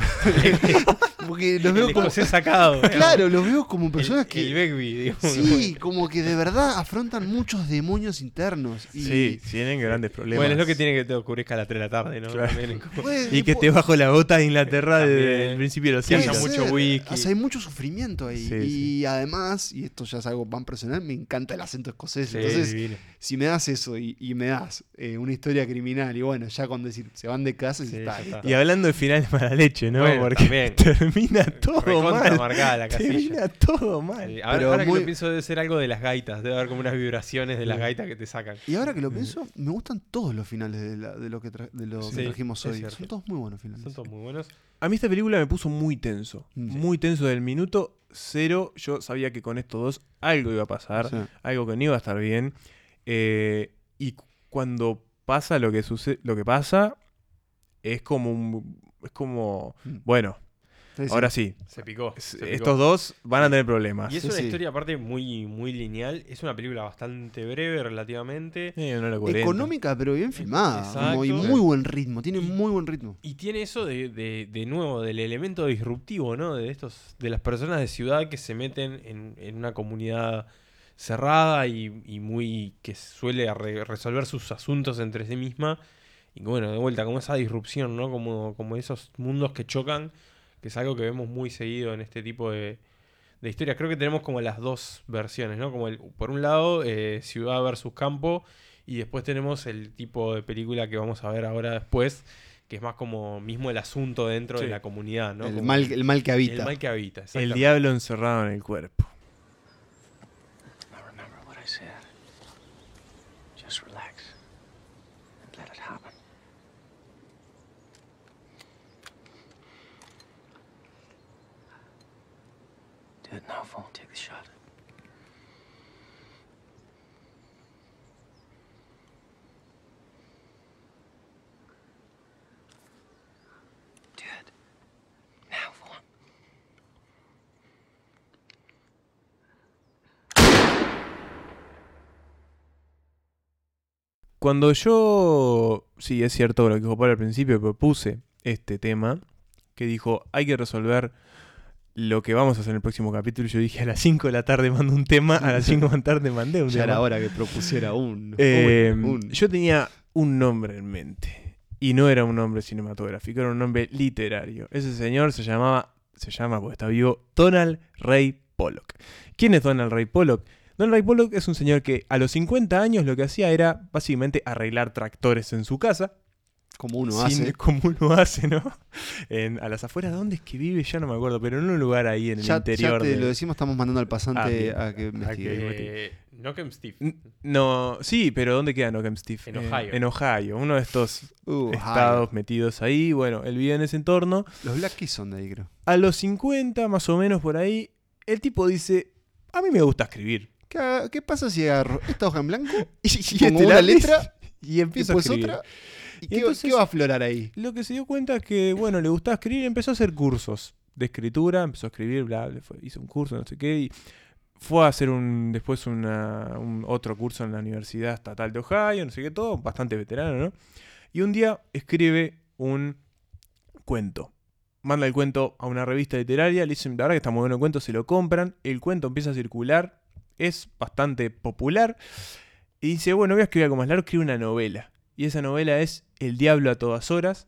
Porque los el veo como... escocés sacado. Claro, los veo como personas el, que... El Begbie, digamos. Sí, como que de verdad afrontan muchos demonios internos. Y, Sí, tienen grandes problemas. Bueno, es lo que tiene que te ocurrezca a las tres de la tarde, ¿no? Claro. También es como- Puede- Y que pu- te bajo la bota de Inglaterra También. desde el principio de los Que haya puede siglos. mucho ser. whisky. O sea, hay mucho sufrimiento ahí. Sí, y sí. además, y esto ya es algo más personal, me encanta el acento escocés. Sí, Entonces, divino. si me das eso y, y me das eh, una historia criminal, y bueno, ya cuando decir, se van de casa, y Sí, está, ya está. Y hablando de finales mala leche, ¿no? Bueno, Porque también. termina todo Recontra mal. marcada la casilla. Termina todo mal. Sí, ahora, Pero ahora que muy- lo pienso debe ser algo de las gaitas, debe haber como unas vibraciones de las gaitas que te sacan. Y ahora que lo pienso, me gustan todos los finales de, la- de lo que, tra- de lo Sí, que trajimos es hoy. cierto. Son todos muy buenos finales. Son todos muy buenos. A mí esta película me puso muy tenso. Sí. Muy tenso del minuto cero. Yo sabía que con estos dos algo iba a pasar. Sí. Algo que no iba a estar bien. Eh, y cu- cuando pasa lo que sucede, lo que pasa, es como un. Es como. Mm. Bueno, Sí, sí. ahora sí. Se picó. es- se picó. Estos dos van a tener problemas. Y es Sí, una sí. historia aparte muy, muy lineal. Es una película bastante breve relativamente. Eh, una hora cuarenta. Económica, pero bien filmada. Exacto. como- y muy buen ritmo. Tiene Y- muy buen ritmo. Y tiene eso de, de, de nuevo, del elemento disruptivo, ¿no? De estos, de las personas de ciudad que se meten en, en una comunidad cerrada y, y muy. Que suele re- resolver sus asuntos entre sí misma. Y bueno, de vuelta, como esa disrupción, ¿no? Como, como esos mundos que chocan, que es algo que vemos muy seguido en este tipo de, de historias. Creo que tenemos como las dos versiones, ¿no? Como el, por un lado, eh, ciudad versus campo, y después tenemos el tipo de película que vamos a ver ahora después, que es más como mismo el asunto dentro Sí. de la comunidad, ¿no? el, Como mal, el mal que habita. el mal que habita. El exactamente. diablo encerrado en el cuerpo. Now remember what I said. Just relax and let it happen. Do it now, phone. Take the shot. Cuando yo, sí, es cierto lo que dijo Pablo al principio, propuse este tema, que dijo, hay que resolver lo que vamos a hacer en el próximo capítulo. Yo dije, a las cinco de la tarde mando un tema, a las cinco de la tarde mandé un Ya tema. era hora que propusiera un, Eh, un, un. Yo tenía un nombre en mente, y no era un nombre cinematográfico, era un nombre literario. Ese señor se llamaba, se llama, porque está vivo, Donald Ray Pollock. ¿Quién es Donald Ray Pollock? Donald Ray Pollock es un señor que a los cincuenta años lo que hacía era básicamente arreglar tractores en su casa. Como uno Sin- hace. Como uno hace, ¿no? En, a las afueras, ¿dónde es que vive? Ya no me acuerdo, pero en un lugar ahí en el Ya, interior. ya te de- lo decimos, estamos mandando al pasante Ah, bien. a que investigue. Eh, Knockem Steve. N- No, sí, pero ¿dónde queda Knockem Steve? En Eh, Ohio. en Ohio, uno de estos Uh, estados Ohio. metidos ahí. Bueno, él vive en ese entorno. Los Black Keys son de ahí, creo. A los cincuenta, más o menos por ahí, el tipo dice, a mí me gusta escribir. ¿Qué, haga- qué pasa si agarro esta hoja en blanco, Y, y pongo este una lápiz letra y y empiezo a después escribir. otra? ¿Y, Y qué, entonces- qué va a aflorar ahí? Lo que se dio cuenta es que, bueno, le gustaba escribir y empezó a hacer cursos de escritura, empezó a escribir, bla, bla, fue- hizo un curso, no sé qué, y fue a hacer un después una, un otro curso en la Universidad Estatal de Ohio, no sé qué, todo, bastante veterano, ¿no? Y un día escribe un cuento. Manda el cuento a una revista literaria, le dicen, la verdad que está muy bueno el cuento, se lo compran, el cuento empieza a circular, es bastante popular, y dice, bueno, voy a escribir algo más largo, escribe una novela. Y esa novela es El diablo a todas horas.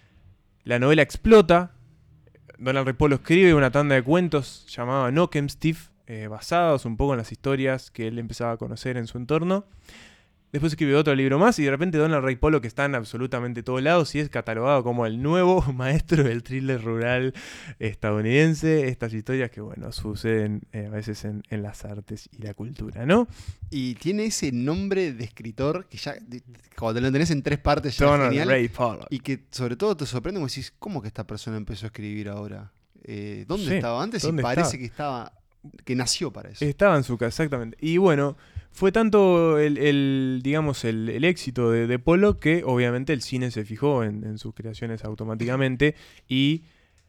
La novela explota. Donald Ray Pollock escribe una tanda de cuentos llamada Knockem Steve, eh, basados un poco en las historias que él empezaba a conocer en su entorno. Después escribe otro libro más y de repente Donald Ray Pollock está en absolutamente todos lados y es catalogado como el nuevo maestro del thriller rural estadounidense. Estas historias que, bueno, suceden eh, a veces en, en las artes y la cultura, ¿no? Y tiene ese nombre de escritor que ya, de- cuando te lo tenés en tres partes, ya es Donald genial. Ray Pollock. Y que sobre todo te sorprende cuando decís, ¿cómo que esta persona empezó a escribir ahora? Eh, ¿Dónde Sí, estaba antes? Y ¿dónde parece estaba? que estaba, que nació para eso. Estaba en su casa, exactamente. Y bueno, fue tanto el, el, digamos, el, el éxito de, de Pollock que obviamente el cine se fijó en, en sus creaciones automáticamente y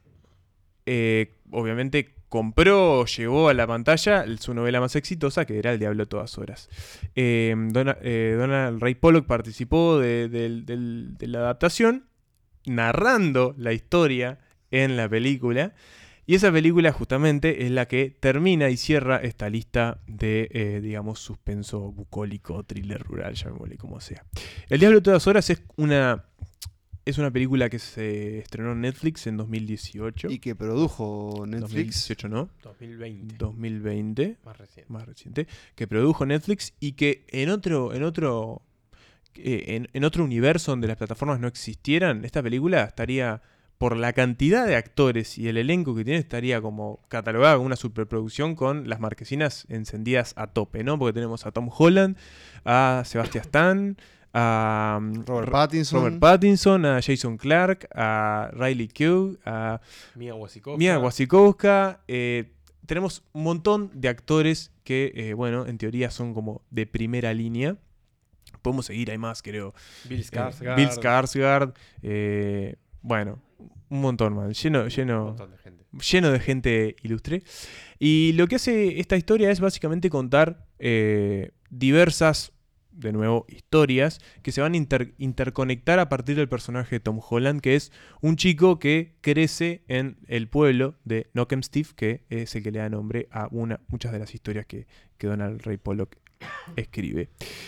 eh, obviamente compró, llevó a la pantalla su novela más exitosa, que era El diablo a todas horas. Eh, Dona- eh, Donald Ray Pollock participó de, del- del- de la adaptación, narrando la historia en la película. Y esa película justamente es la que termina y cierra esta lista de, eh, digamos, suspenso bucólico, thriller rural, llamémosle como sea. El diablo a todas horas es una, es una película que se estrenó en Netflix en dos mil dieciocho. Y que produjo Netflix. dos mil dieciocho, ¿no? dos mil veinte. dos mil veinte. Más reciente. Más reciente. Que produjo Netflix y que en otro, en otro, eh, en, en otro universo donde las plataformas no existieran, esta película estaría, por la cantidad de actores y el elenco que tiene, estaría como catalogada como una superproducción con las marquesinas encendidas a tope, ¿no? Porque tenemos a Tom Holland, a Sebastian Stan, a um, Robert Ro- Pattinson. Robert Pattinson, a Jason Clarke, a Riley Keough, a Mia Wasikowska. Mia Wasikowska. eh, tenemos un montón de actores que, eh, bueno, en teoría son como de primera línea. Podemos seguir, hay más, creo. Bill Eh, Skarsgård. Bill Skarsgård. eh, bueno, un montón más. Lleno, Un lleno, montón de gente. lleno de gente ilustre. Y lo que hace esta historia es básicamente contar eh, diversas, de nuevo, historias que se van a inter- interconectar a partir del personaje de Tom Holland, que es un chico que crece en el pueblo de Knockem Steve, que es el que le da nombre a una, muchas de las historias que, que Donald Ray Pollock escribe.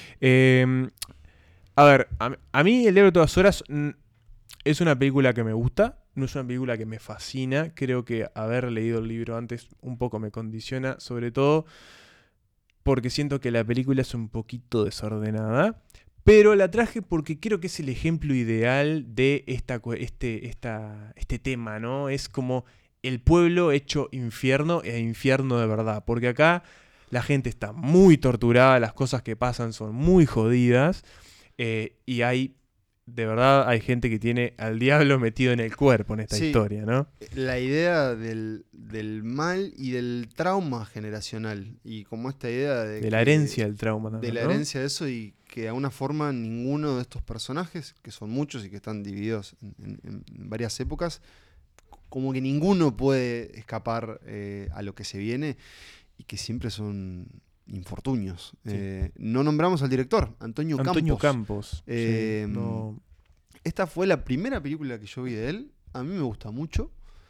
Eh, a ver, a, a mí El diablo a todas horas mm, es una película que me gusta, no es una película que me fascina. Creo que haber leído el libro antes un poco me condiciona, sobre todo porque siento que la película es un poquito desordenada. Pero la traje porque creo que es el ejemplo ideal de esta, cu- este, esta, este tema, ¿no? Es como el pueblo hecho infierno e infierno de verdad. Porque acá la gente está muy torturada, las cosas que pasan son muy jodidas. eh, y hay, de verdad, hay gente que tiene al diablo metido en el cuerpo en esta Sí. historia, ¿no? La idea del, del mal y del trauma generacional. Y como esta idea de, De la que- herencia del trauma de también, la ¿no? herencia de eso, y que de alguna forma ninguno de estos personajes, que son muchos y que están divididos en, en- en varias épocas, como que ninguno puede escapar eh, a lo que se viene, y que siempre son infortunios. Sí. Eh, no nombramos al director, Antonio, Antonio Campos. Campos. Eh, sí, no. Esta fue la primera película que yo vi de él. A mí me gusta mucho.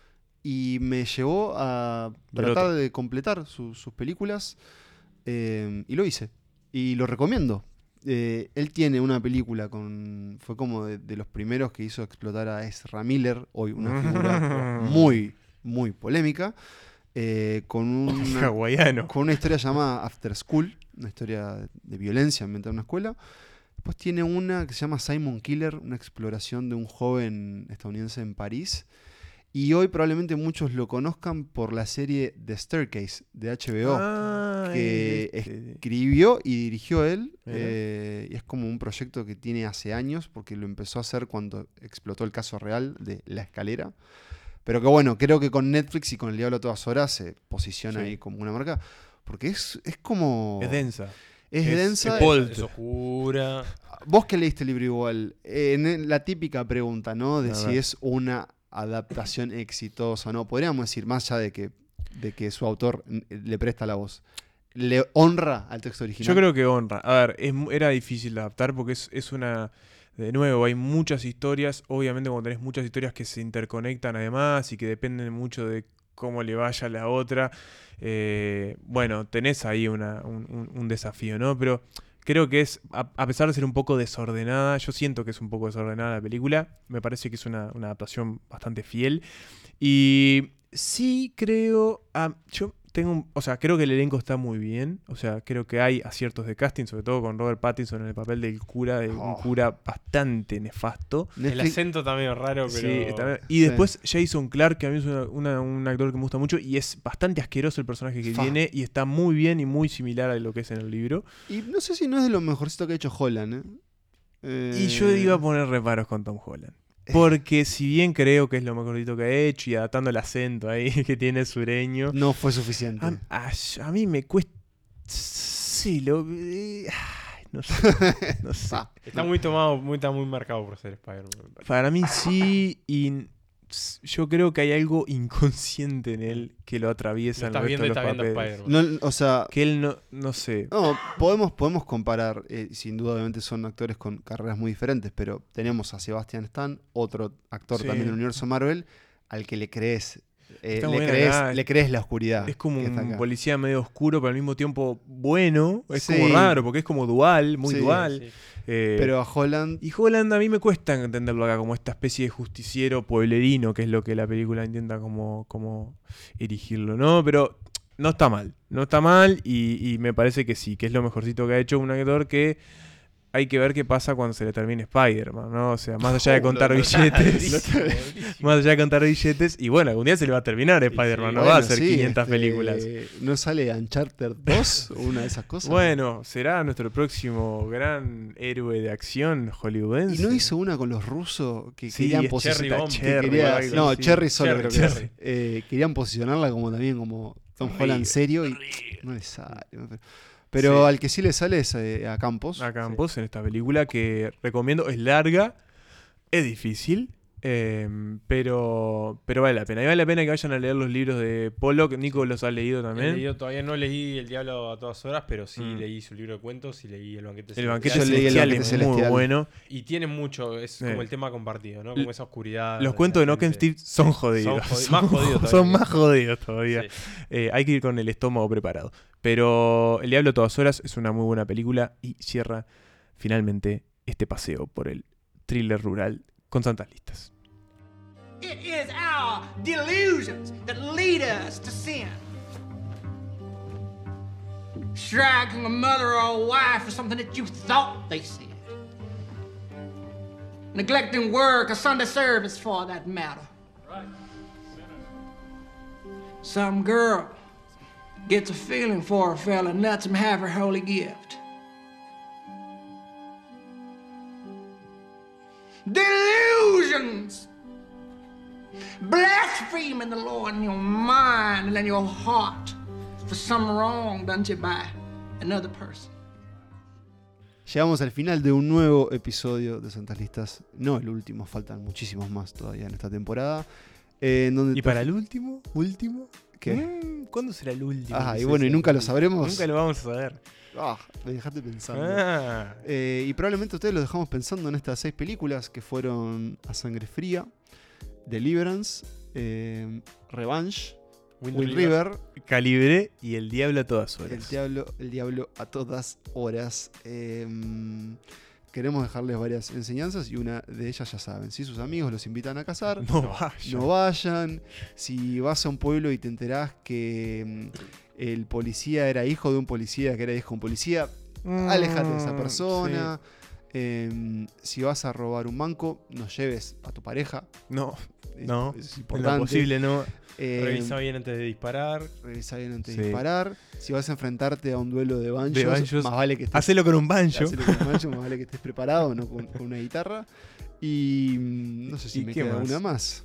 Y me llevó a Del tratar otro. de completar su- sus películas. Eh, y lo hice. Y lo recomiendo. Eh, él tiene una película con. Fue como de, de los primeros que hizo explotar a Ezra Miller. Hoy una figura muy, muy polémica. Eh, con, una, Hawaiano. con una historia llamada After School. Una historia de violencia ambientada en una escuela. Después tiene una que se llama Simon Killer. Una exploración de un joven estadounidense en París. Y hoy probablemente muchos lo conozcan por la serie The Staircase de H B O. Ah, que este. escribió y dirigió él. Mira. Eh, y es como un proyecto que tiene hace años, porque lo empezó a hacer cuando explotó el caso real de La Escalera. Pero que bueno, creo que con Netflix y con El Diablo a todas horas se posiciona Sí. ahí como una marca. Porque es, es como... Es densa. Es, Es- densa. es bold. Es oscura. Vos que leíste el libro igual, eh, en la típica pregunta, ¿no? De A si ver. es una adaptación exitosa o no. Podríamos decir, más allá de que, de que su autor mm, le presta la voz, ¿le honra al texto original? Yo creo que honra. A ver, es mu- era difícil de adaptar porque es, es una... De nuevo, hay muchas historias. Obviamente cuando tenés muchas historias que se interconectan además y que dependen mucho de cómo le vaya a la otra. eh, bueno, tenés ahí una, un, un- un desafío, ¿no? Pero creo que es, a, a pesar de ser un poco desordenada, yo siento que es un poco desordenada la película. Me parece que es una, una adaptación bastante fiel. Y sí creo... ah, yo tengo un- o sea, creo que el elenco está muy bien. O sea, creo que hay aciertos de casting, sobre todo con Robert Pattinson en el papel del cura, de un Oh. cura bastante nefasto. El acento también es raro, pero... Sí, está- y Sí. después Jason Clarke, que a mí es una- una- un actor que me gusta mucho y es bastante asqueroso el personaje que Fa. tiene y está muy bien y muy similar a lo que es en el libro. Y no sé si no es de lo mejorcito que ha hecho Holland, ¿eh? Eh, Y yo iba a poner reparos con Tom Holland. Porque si bien creo que es lo mejorito que ha hecho y adaptando el acento ahí que tiene sureño, No fue suficiente. a, a- a mí me cuesta... Sí, lo... eh, ay, no sé. No sé. Pa. Está muy tomado, muy, está muy marcado por ser Spider-Man. me parece. Para mí sí, y s- yo creo que hay algo inconsciente en él que lo atraviesa Lo en estás el viendo y resto de estás los viendo papeles. Spider-Man. No, o sea, Que él no, no sé. no, podemos, podemos comparar, eh, sin duda obviamente son actores con carreras muy diferentes, pero tenemos a Sebastian Stan, otro actor Sí. también del universo Marvel, al que le crees, eh, Está le, buena crees acá. le crees la oscuridad. Es como que está un acá. policía medio oscuro, pero al mismo tiempo bueno. Es Sí. como raro, porque es como dual, muy Sí, dual. sí. Eh, Pero a Holland, y Holland a mí me cuesta entenderlo acá como esta especie de justiciero pueblerino, que es lo que la película intenta como, como erigirlo, ¿no? Pero no está mal, no está mal y, y me parece que sí, que es lo mejorcito que ha hecho un actor que hay que ver qué pasa cuando se le termine Spider-Man, ¿no? O sea, más allá de Oh, contar lo- lo- billetes, Durísimo, durísimo. más allá de contar billetes, y bueno, algún día se le va a terminar Spider-Man, no va a bueno, hacer sí, quinientas este, películas. ¿No sale Uncharted dos o una de esas cosas? Bueno, será nuestro próximo gran héroe de acción hollywoodense. ¿Y no hizo una con los rusos que Sí, querían es posicionar? Cherry Bomb, que Cherry quería- o algo no, así. Cherry solo Cherry, creo que Cherry. es. Eh, querían posicionarla como también como Tom Horrible, Holland serio y no le sale. Pero Sí. al que sí le sale es eh, a Campos. A Campos en esta película que recomiendo. Es larga, es difícil, eh, pero, pero vale la pena. Y vale la pena que vayan a leer los libros de Pollock. Nico los ha leído He también. leído- todavía no leí El Diablo a todas horas, pero sí Mm. leí su libro de cuentos y leí El Banquete El banquete Yo leí El celestial Banquete es Celestial. muy bueno. Y tiene mucho, es Sí. como el tema compartido, ¿no? Como esa oscuridad. Los cuentos de la Knockem gente. Steve son jodidos. Son jodi- más jodidos todavía. Son más jodidos todavía. Sí. Eh, hay que ir con el estómago preparado. Pero El Diablo a todas horas es una muy buena película y cierra finalmente este paseo por el thriller rural con tantas listas. It is our delusions that lead us to sin. Striking a mother or a wife for something that you thought they said. Neglecting work or Sunday service for that matter. Some girl gets a feeling for a fella and lets him have her holy gift. Delusions! Blaspheming the Lord in your mind and in your heart for some wrong done to you by another person. Llegamos al final de un nuevo episodio de Santas Listas. No el último, faltan muchísimos más todavía en esta temporada. eh, en donde ¿Y te- para el último? ¿Último? ¿Qué? Mm, ¿cuándo será el último? Ah, que y se bueno, y hace? nunca lo sabremos. Nunca lo vamos a saber. Ah, me dejaste pensando. Ah. Eh, y probablemente ustedes lo dejamos pensando en estas seis películas que fueron A Sangre Fría, Deliverance, eh, Revenge, Wind Wind River, River, Calibre y El Diablo a todas horas. El Diablo, el Diablo a todas horas. Eh, queremos dejarles varias enseñanzas y una de ellas ya saben. Si sus amigos los invitan a cazar, No vayan. no vayan. Si vas a un pueblo y te enterás que mm, el policía era hijo de un policía que era hijo de un policía, Mm, aléjate de esa persona. Eh, si vas a robar un banco, no lleves a tu pareja. No, Es- no. es En importante. lo posible no. Eh, Revisa bien antes de disparar. Revisa bien antes Sí. de disparar. Si vas a enfrentarte a un duelo de banjos, De banjos, más vale que estés, Hacelo con un banjo. hacelo con un banjo, más vale que estés preparado, no con, con una guitarra. Y mm, no sé si ¿Y me qué queda más? una más.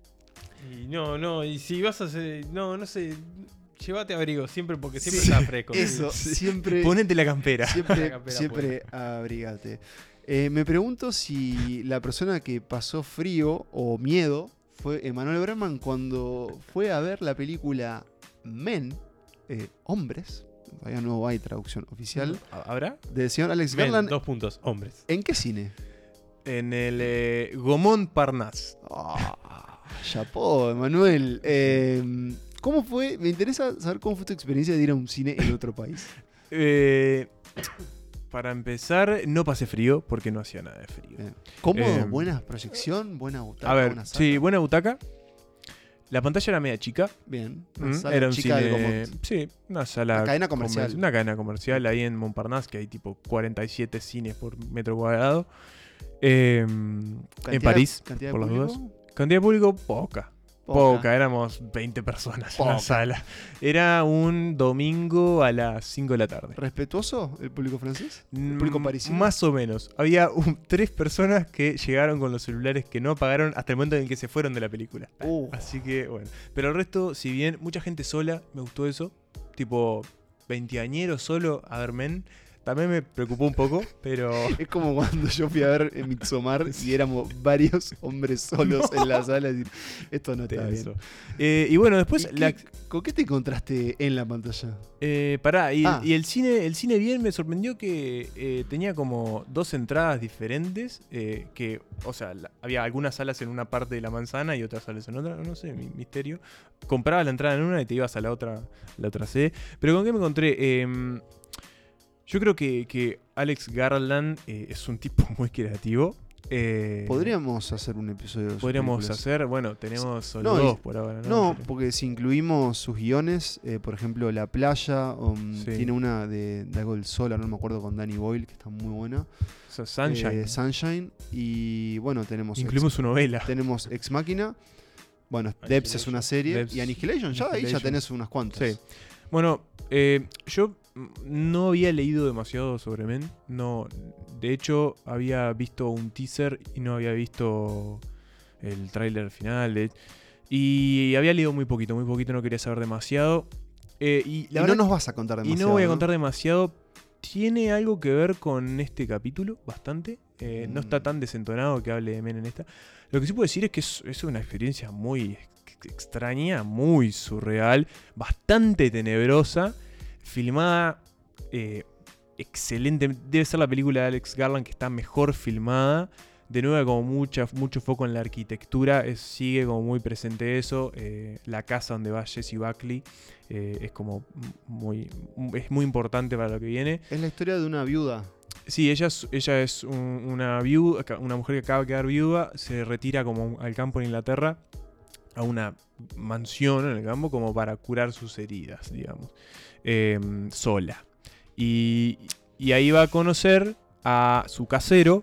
Y no, no, y si vas a hacer. No, no sé. Llévate abrigo siempre porque siempre Sí, está fresco. Eso, Sí. siempre. Ponete la campera. Siempre, La campera siempre abrigate. Eh, me pregunto si la persona que pasó frío o miedo fue Emanuel Berman cuando fue a ver la película Men, eh, Hombres. Todavía no hay traducción oficial. ¿Habrá? Del señor Alex Men, Garland. dos puntos, hombres. ¿En qué cine? En el eh, Gomón Parnasse. Ah, chapó, Emanuel. Eh, ¿Cómo fue? Me interesa saber cómo fue tu experiencia de ir a un cine en otro país. Eh, para empezar, no pasé frío porque no hacía nada de frío. Bien. ¿Cómodo? Eh, ¿Buena proyección? ¿Buena butaca? A ver, buena sala? sí, buena butaca. La pantalla era media chica. Bien. Mm, Una sala era un chica del cine, Gaumont. sí, una sala Una cadena comercial. comer- una cadena comercial ahí en Montparnasse, que hay tipo cuarenta y siete cines por metro cuadrado. Eh, en ¿Cantidad- París, cantidad de por las público? dudas. Cantidad de público, poca. Poca. Poca, éramos veinte personas Poca. en la sala. Era un domingo a las cinco de la tarde. ¿Respetuoso el público francés? ¿El público Mm, parisino? Más o menos. Había un- tres personas que llegaron con los celulares que no apagaron hasta el momento en el que se fueron de la película. Uh, Así que, bueno. Pero el resto, si bien mucha gente sola, me gustó eso. Tipo, veinteañeros solo a ver Men. También me preocupó un poco, pero... es como cuando yo fui a ver en Midsommar y éramos varios hombres solos en la sala. Y decir, esto no está Tenso. bien. Eh, y bueno, ¿Y después... qué- la- ¿Con qué te encontraste en la pantalla? Eh, pará, y, Ah. y el cine el cine bien me sorprendió que eh, tenía como dos entradas diferentes, eh, que, o sea, la- había algunas salas en una parte de la manzana y otras salas en otra, no sé, mi- misterio. Comprabas la entrada en una y te ibas a la otra, la otra sede. Pero ¿con qué me encontré? Em, yo creo que, que Alex Garland eh, es un tipo muy creativo. Eh, Podríamos hacer un episodio de sus podríamos películas. hacer, bueno, tenemos solo No, y- dos por ahora, ¿no? No, Pero- porque si incluimos sus guiones, eh, por ejemplo, La Playa, um, Sí. tiene una de, de algo del Solar, no me acuerdo, con Danny Boyle, que está muy buena. o sea, Sunshine. Eh, Sunshine. Y bueno, tenemos Incluimos Ex, su novela. tenemos Ex Máquina. Bueno, Debs es Annihilation. una serie. Debs. Y Annihilation, ya ahí ya Annihilation. tenés unas cuantas. Sí. Bueno, eh, yo mm, no había leído demasiado sobre Men. No, de hecho, había visto un teaser y no había visto el tráiler final. de- y había leído muy poquito, muy poquito, no quería saber demasiado. Eh, y Y la no verdad nos vas a contar y demasiado. no voy a contar demasiado. Tiene algo que ver con este capítulo, bastante. Eh, No está Mm. tan desentonado que hable de Men en esta. Lo que sí puedo decir es que es, es una experiencia muy ex- extraña, muy surreal, bastante tenebrosa, filmada eh, excelente. Debe ser la película de Alex Garland que está mejor filmada. De nuevo, como mucha, mucho foco en la arquitectura, es- sigue como muy presente eso. Eh, la casa donde va Jessie Buckley eh, es como muy, es muy importante para lo que viene. Es la historia de una viuda. Sí, ella es, ella es un- una viuda, una mujer que acaba de quedar viuda, se retira como al campo en Inglaterra, a una mansión en el campo como para curar sus heridas, digamos, eh, sola. Y, y ahí va a conocer a su casero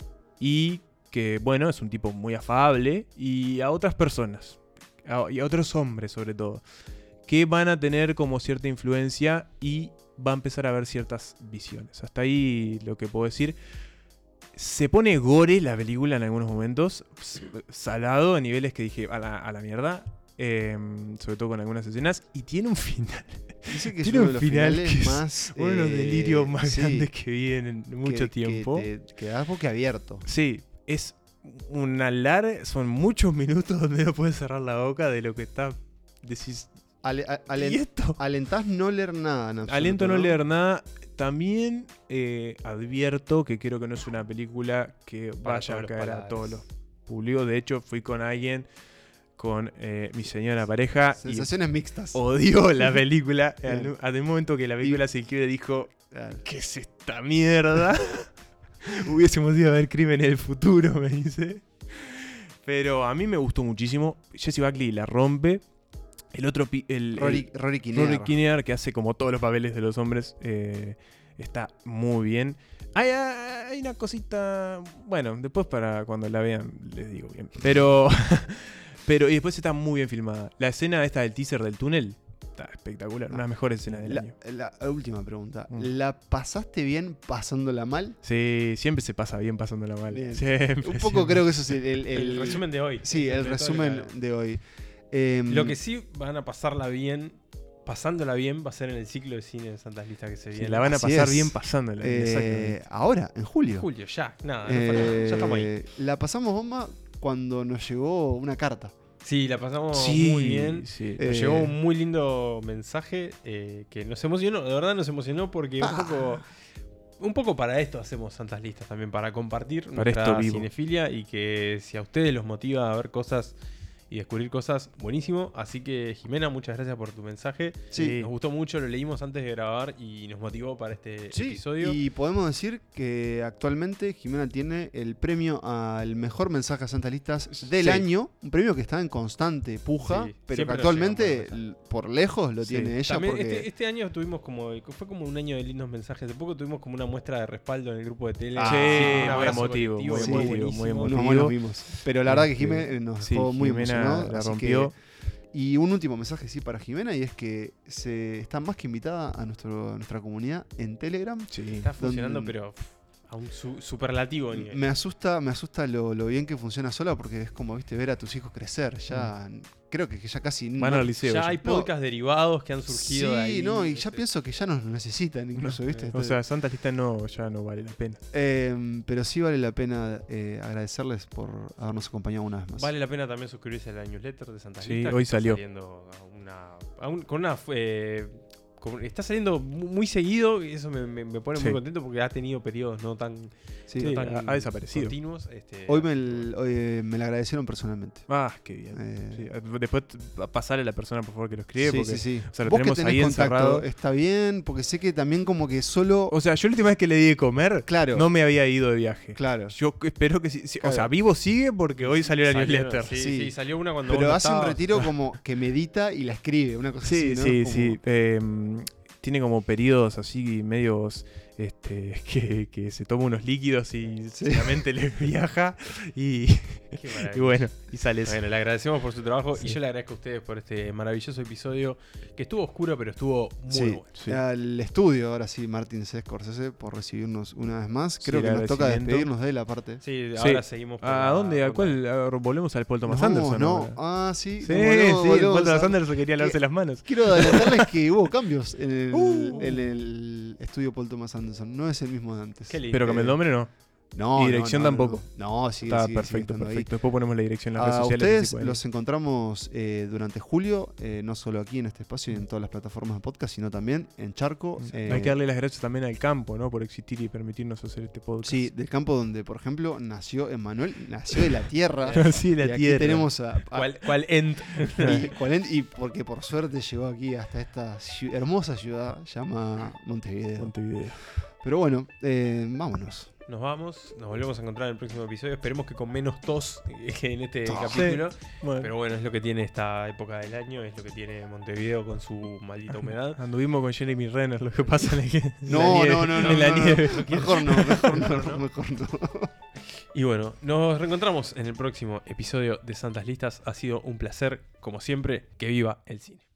y que, bueno, es un tipo muy afable, y a otras personas, a- y a otros hombres sobre todo, que van a tener como cierta influencia y va a empezar a ver ciertas visiones. Hasta ahí lo que puedo decir. Se pone gore la película en algunos momentos, s- salado a niveles que dije a la, a la mierda, eh, sobre todo con algunas escenas, y tiene un final. Dice que es Tiene uno un de los final finales que es más. uno de los eh, delirios más sí, grandes que vi en en mucho que- tiempo. Que te quedás boquiabierto. Sí, es una larga, son muchos minutos donde no puedes cerrar la boca de lo que está. Decís, Ale, a, ¿Y alen- esto? alentás no leer nada. En absoluto, Aliento no leer nada. También eh, advierto que creo que no es una película que Para vaya todos a los caer a paladares. todos los públicos. De hecho, fui con alguien, con eh, mi señora pareja, Sensaciones mixtas. y odió la película. Bien. al, al momento que la película Y- se quiebre dijo, Claro. ¿qué es esta mierda? Hubiésemos ido a ver Crimen en el futuro, me dice. Pero a mí me gustó muchísimo. Jesse Buckley la rompe. El otro, pi- el, Rory, el- Rory Kinnear. Rory Kinnear, que hace como todos los papeles de los hombres, eh, está muy bien. Hay, hay una cosita, bueno, después para cuando la vean les digo bien. Pero, pero y después está muy bien filmada. La escena esta del teaser del túnel está espectacular, una de las mejores escenas del La, año. la última pregunta. Mm. ¿La pasaste bien pasándola mal? Sí, siempre se pasa bien pasándola mal. Bien. Siempre, Un poco siempre. creo que eso es el, el- El, el- resumen de hoy. Sí, el De todo lo que resumen hablamos. de hoy. Em, Lo que sí van a pasarla bien, pasándola bien, va a ser en el ciclo de cine de Santas Listas que se Sí, viene. la van a Así pasar es. bien pasándola. eh, exactamente. ahora, en julio. Julio, ya, nada, no fue nada, ya estamos ahí. Eh, La pasamos bomba cuando nos llegó una carta. Sí, la pasamos Sí, muy bien. sí. Nos Eh, llegó un muy lindo mensaje eh, que nos emocionó, de verdad nos emocionó porque un Ah. poco un poco para esto hacemos Santas Listas también, para compartir Para nuestra esto vivo. cinefilia y que si a ustedes los motiva a ver cosas y descubrir cosas, buenísimo. Así que Jimena, muchas gracias por tu mensaje. Sí. Nos gustó mucho, lo leímos antes de grabar y nos motivó para este Sí, episodio. y podemos decir que actualmente Jimena tiene el premio al mejor mensaje a Santas Listas del Sí. año, un premio que está en constante puja, Sí, pero que siempre nos actualmente llegan buenos l- por lejos lo Sí. tiene ella También porque este, este año tuvimos como, fue como un año de lindos mensajes. Hace poco tuvimos como una muestra de respaldo en el grupo de tele. Ah, Sí, un muy abrazo emotivo, colectivo, muy Sí. muy emotivo, buenísimo. muy unos emotivo. buenos vimos. Pero la verdad que Este, Jimena nos sí, dejó muy Jimena emocionados. la así rompió. que- y un último mensaje sí para Jimena y es que se está más que invitada a, nuestro, a nuestra comunidad en Telegram. Sí. Está funcionando, Donde- pero pff, a un su- superlativo nivel. Me asusta, me asusta lo, lo bien que funciona sola porque es como, viste, ver a tus hijos crecer. Ya creo que, que ya casi Van no- al liceo. Ya ya. hay podcasts derivados que han surgido Sí, de ahí. no, y ya Este, pienso que ya nos necesitan incluso, ¿viste? O sea, Santa Lista no, ya no vale la pena. Eh, pero sí vale la pena eh, agradecerles por habernos acompañado una vez más. Vale la pena también suscribirse a la newsletter de Santa Sí, Listas, hoy que está salió. saliendo a una, a un- con una eh, con- está saliendo mu- muy seguido y eso me, me- me pone Sí. muy contento porque ha tenido periodos no tan, Sí. no Sí, tan ha- ha desaparecido. continuos. Este, Hoy, me, el- hoy, eh, me la agradecieron personalmente. Ah, qué bien. Eh, Sí, después pasarle a la persona, por favor, que lo escribe. sí, porque, sí, sí. o sea, lo Vos que tenemos tenés ahí contacto, encerrado. está bien, porque sé que también como que solo... O sea, yo la última vez que le di de comer, Claro. no me había ido de viaje. Claro. Yo espero que sí. sí, Claro. O sea, vivo sigue porque hoy salió la salió- newsletter. Sí, Sí. sí, salió una cuando Pero vos no hace un estabas. retiro como que medita y la escribe, una cosa Sí, así, ¿no? sí, Como- sí. Eh, tiene como periodos así medios este, que, que se toma unos líquidos y Sí. la mente le viaja y, Qué maravilla. y bueno, y sale eso. Bueno, le agradecemos por su trabajo Sí. y yo le agradezco a ustedes por este maravilloso episodio que estuvo oscuro pero estuvo muy Sí, bueno. Sí. al estudio, ahora sí, Martín Scorsese, por recibirnos una vez más. Sí, Creo que el nos toca agradecimiento. despedirnos de él aparte. Sí, Sí. ahora seguimos por ¿A la dónde? ¿A ronda. cuál? A- volvemos al Paul Thomas Nos vamos, Anderson. ¿no? ahora. Ah, sí. Sí, nos volvemos- sí, volvemos Paul Thomas a- Anderson quería lavarse que- las manos. Quiero adelantarles que hubo cambios en el, Uh. en el estudio Paul Thomas Anderson. No es el mismo de antes. Qué lindo. Pero con el nombre no. No, Y no, dirección no, no, tampoco. No, no sigue, Está sigue- sigue perfecto, estando ahí. perfecto. Después ponemos la dirección en las A redes sociales. ustedes así pueden ir. los encontramos eh, durante julio, eh, no solo aquí en este espacio y en todas las plataformas de podcast, sino también en Charco. eh, Hay que darle las gracias también al campo, ¿no? Por existir y permitirnos hacer este podcast. Sí, del campo donde, por ejemplo, nació Emanuel, nació de la tierra. Sí, la y aquí tierra. tenemos a, a- ¿Cuál, cuál end? y, cuál es- y porque por suerte llegó aquí hasta esta ciu- hermosa ciudad llama Montevideo. Montevideo. Pero bueno, eh, vámonos. Nos vamos, nos volvemos a encontrar en el próximo episodio. Esperemos que con menos tos que en este Ah, capítulo. Bueno, Pero bueno, es lo que tiene esta época del año, es lo que tiene Montevideo con su maldita humedad. anduvimos con Jeremy Renner, lo que pasa en la, en No, la nieve. no, no, no, en la no, no. nieve. Mejor no, mejor no, mejor no. Y bueno, nos reencontramos en el próximo episodio de Santas Listas. Ha sido un placer, como siempre, que viva el cine.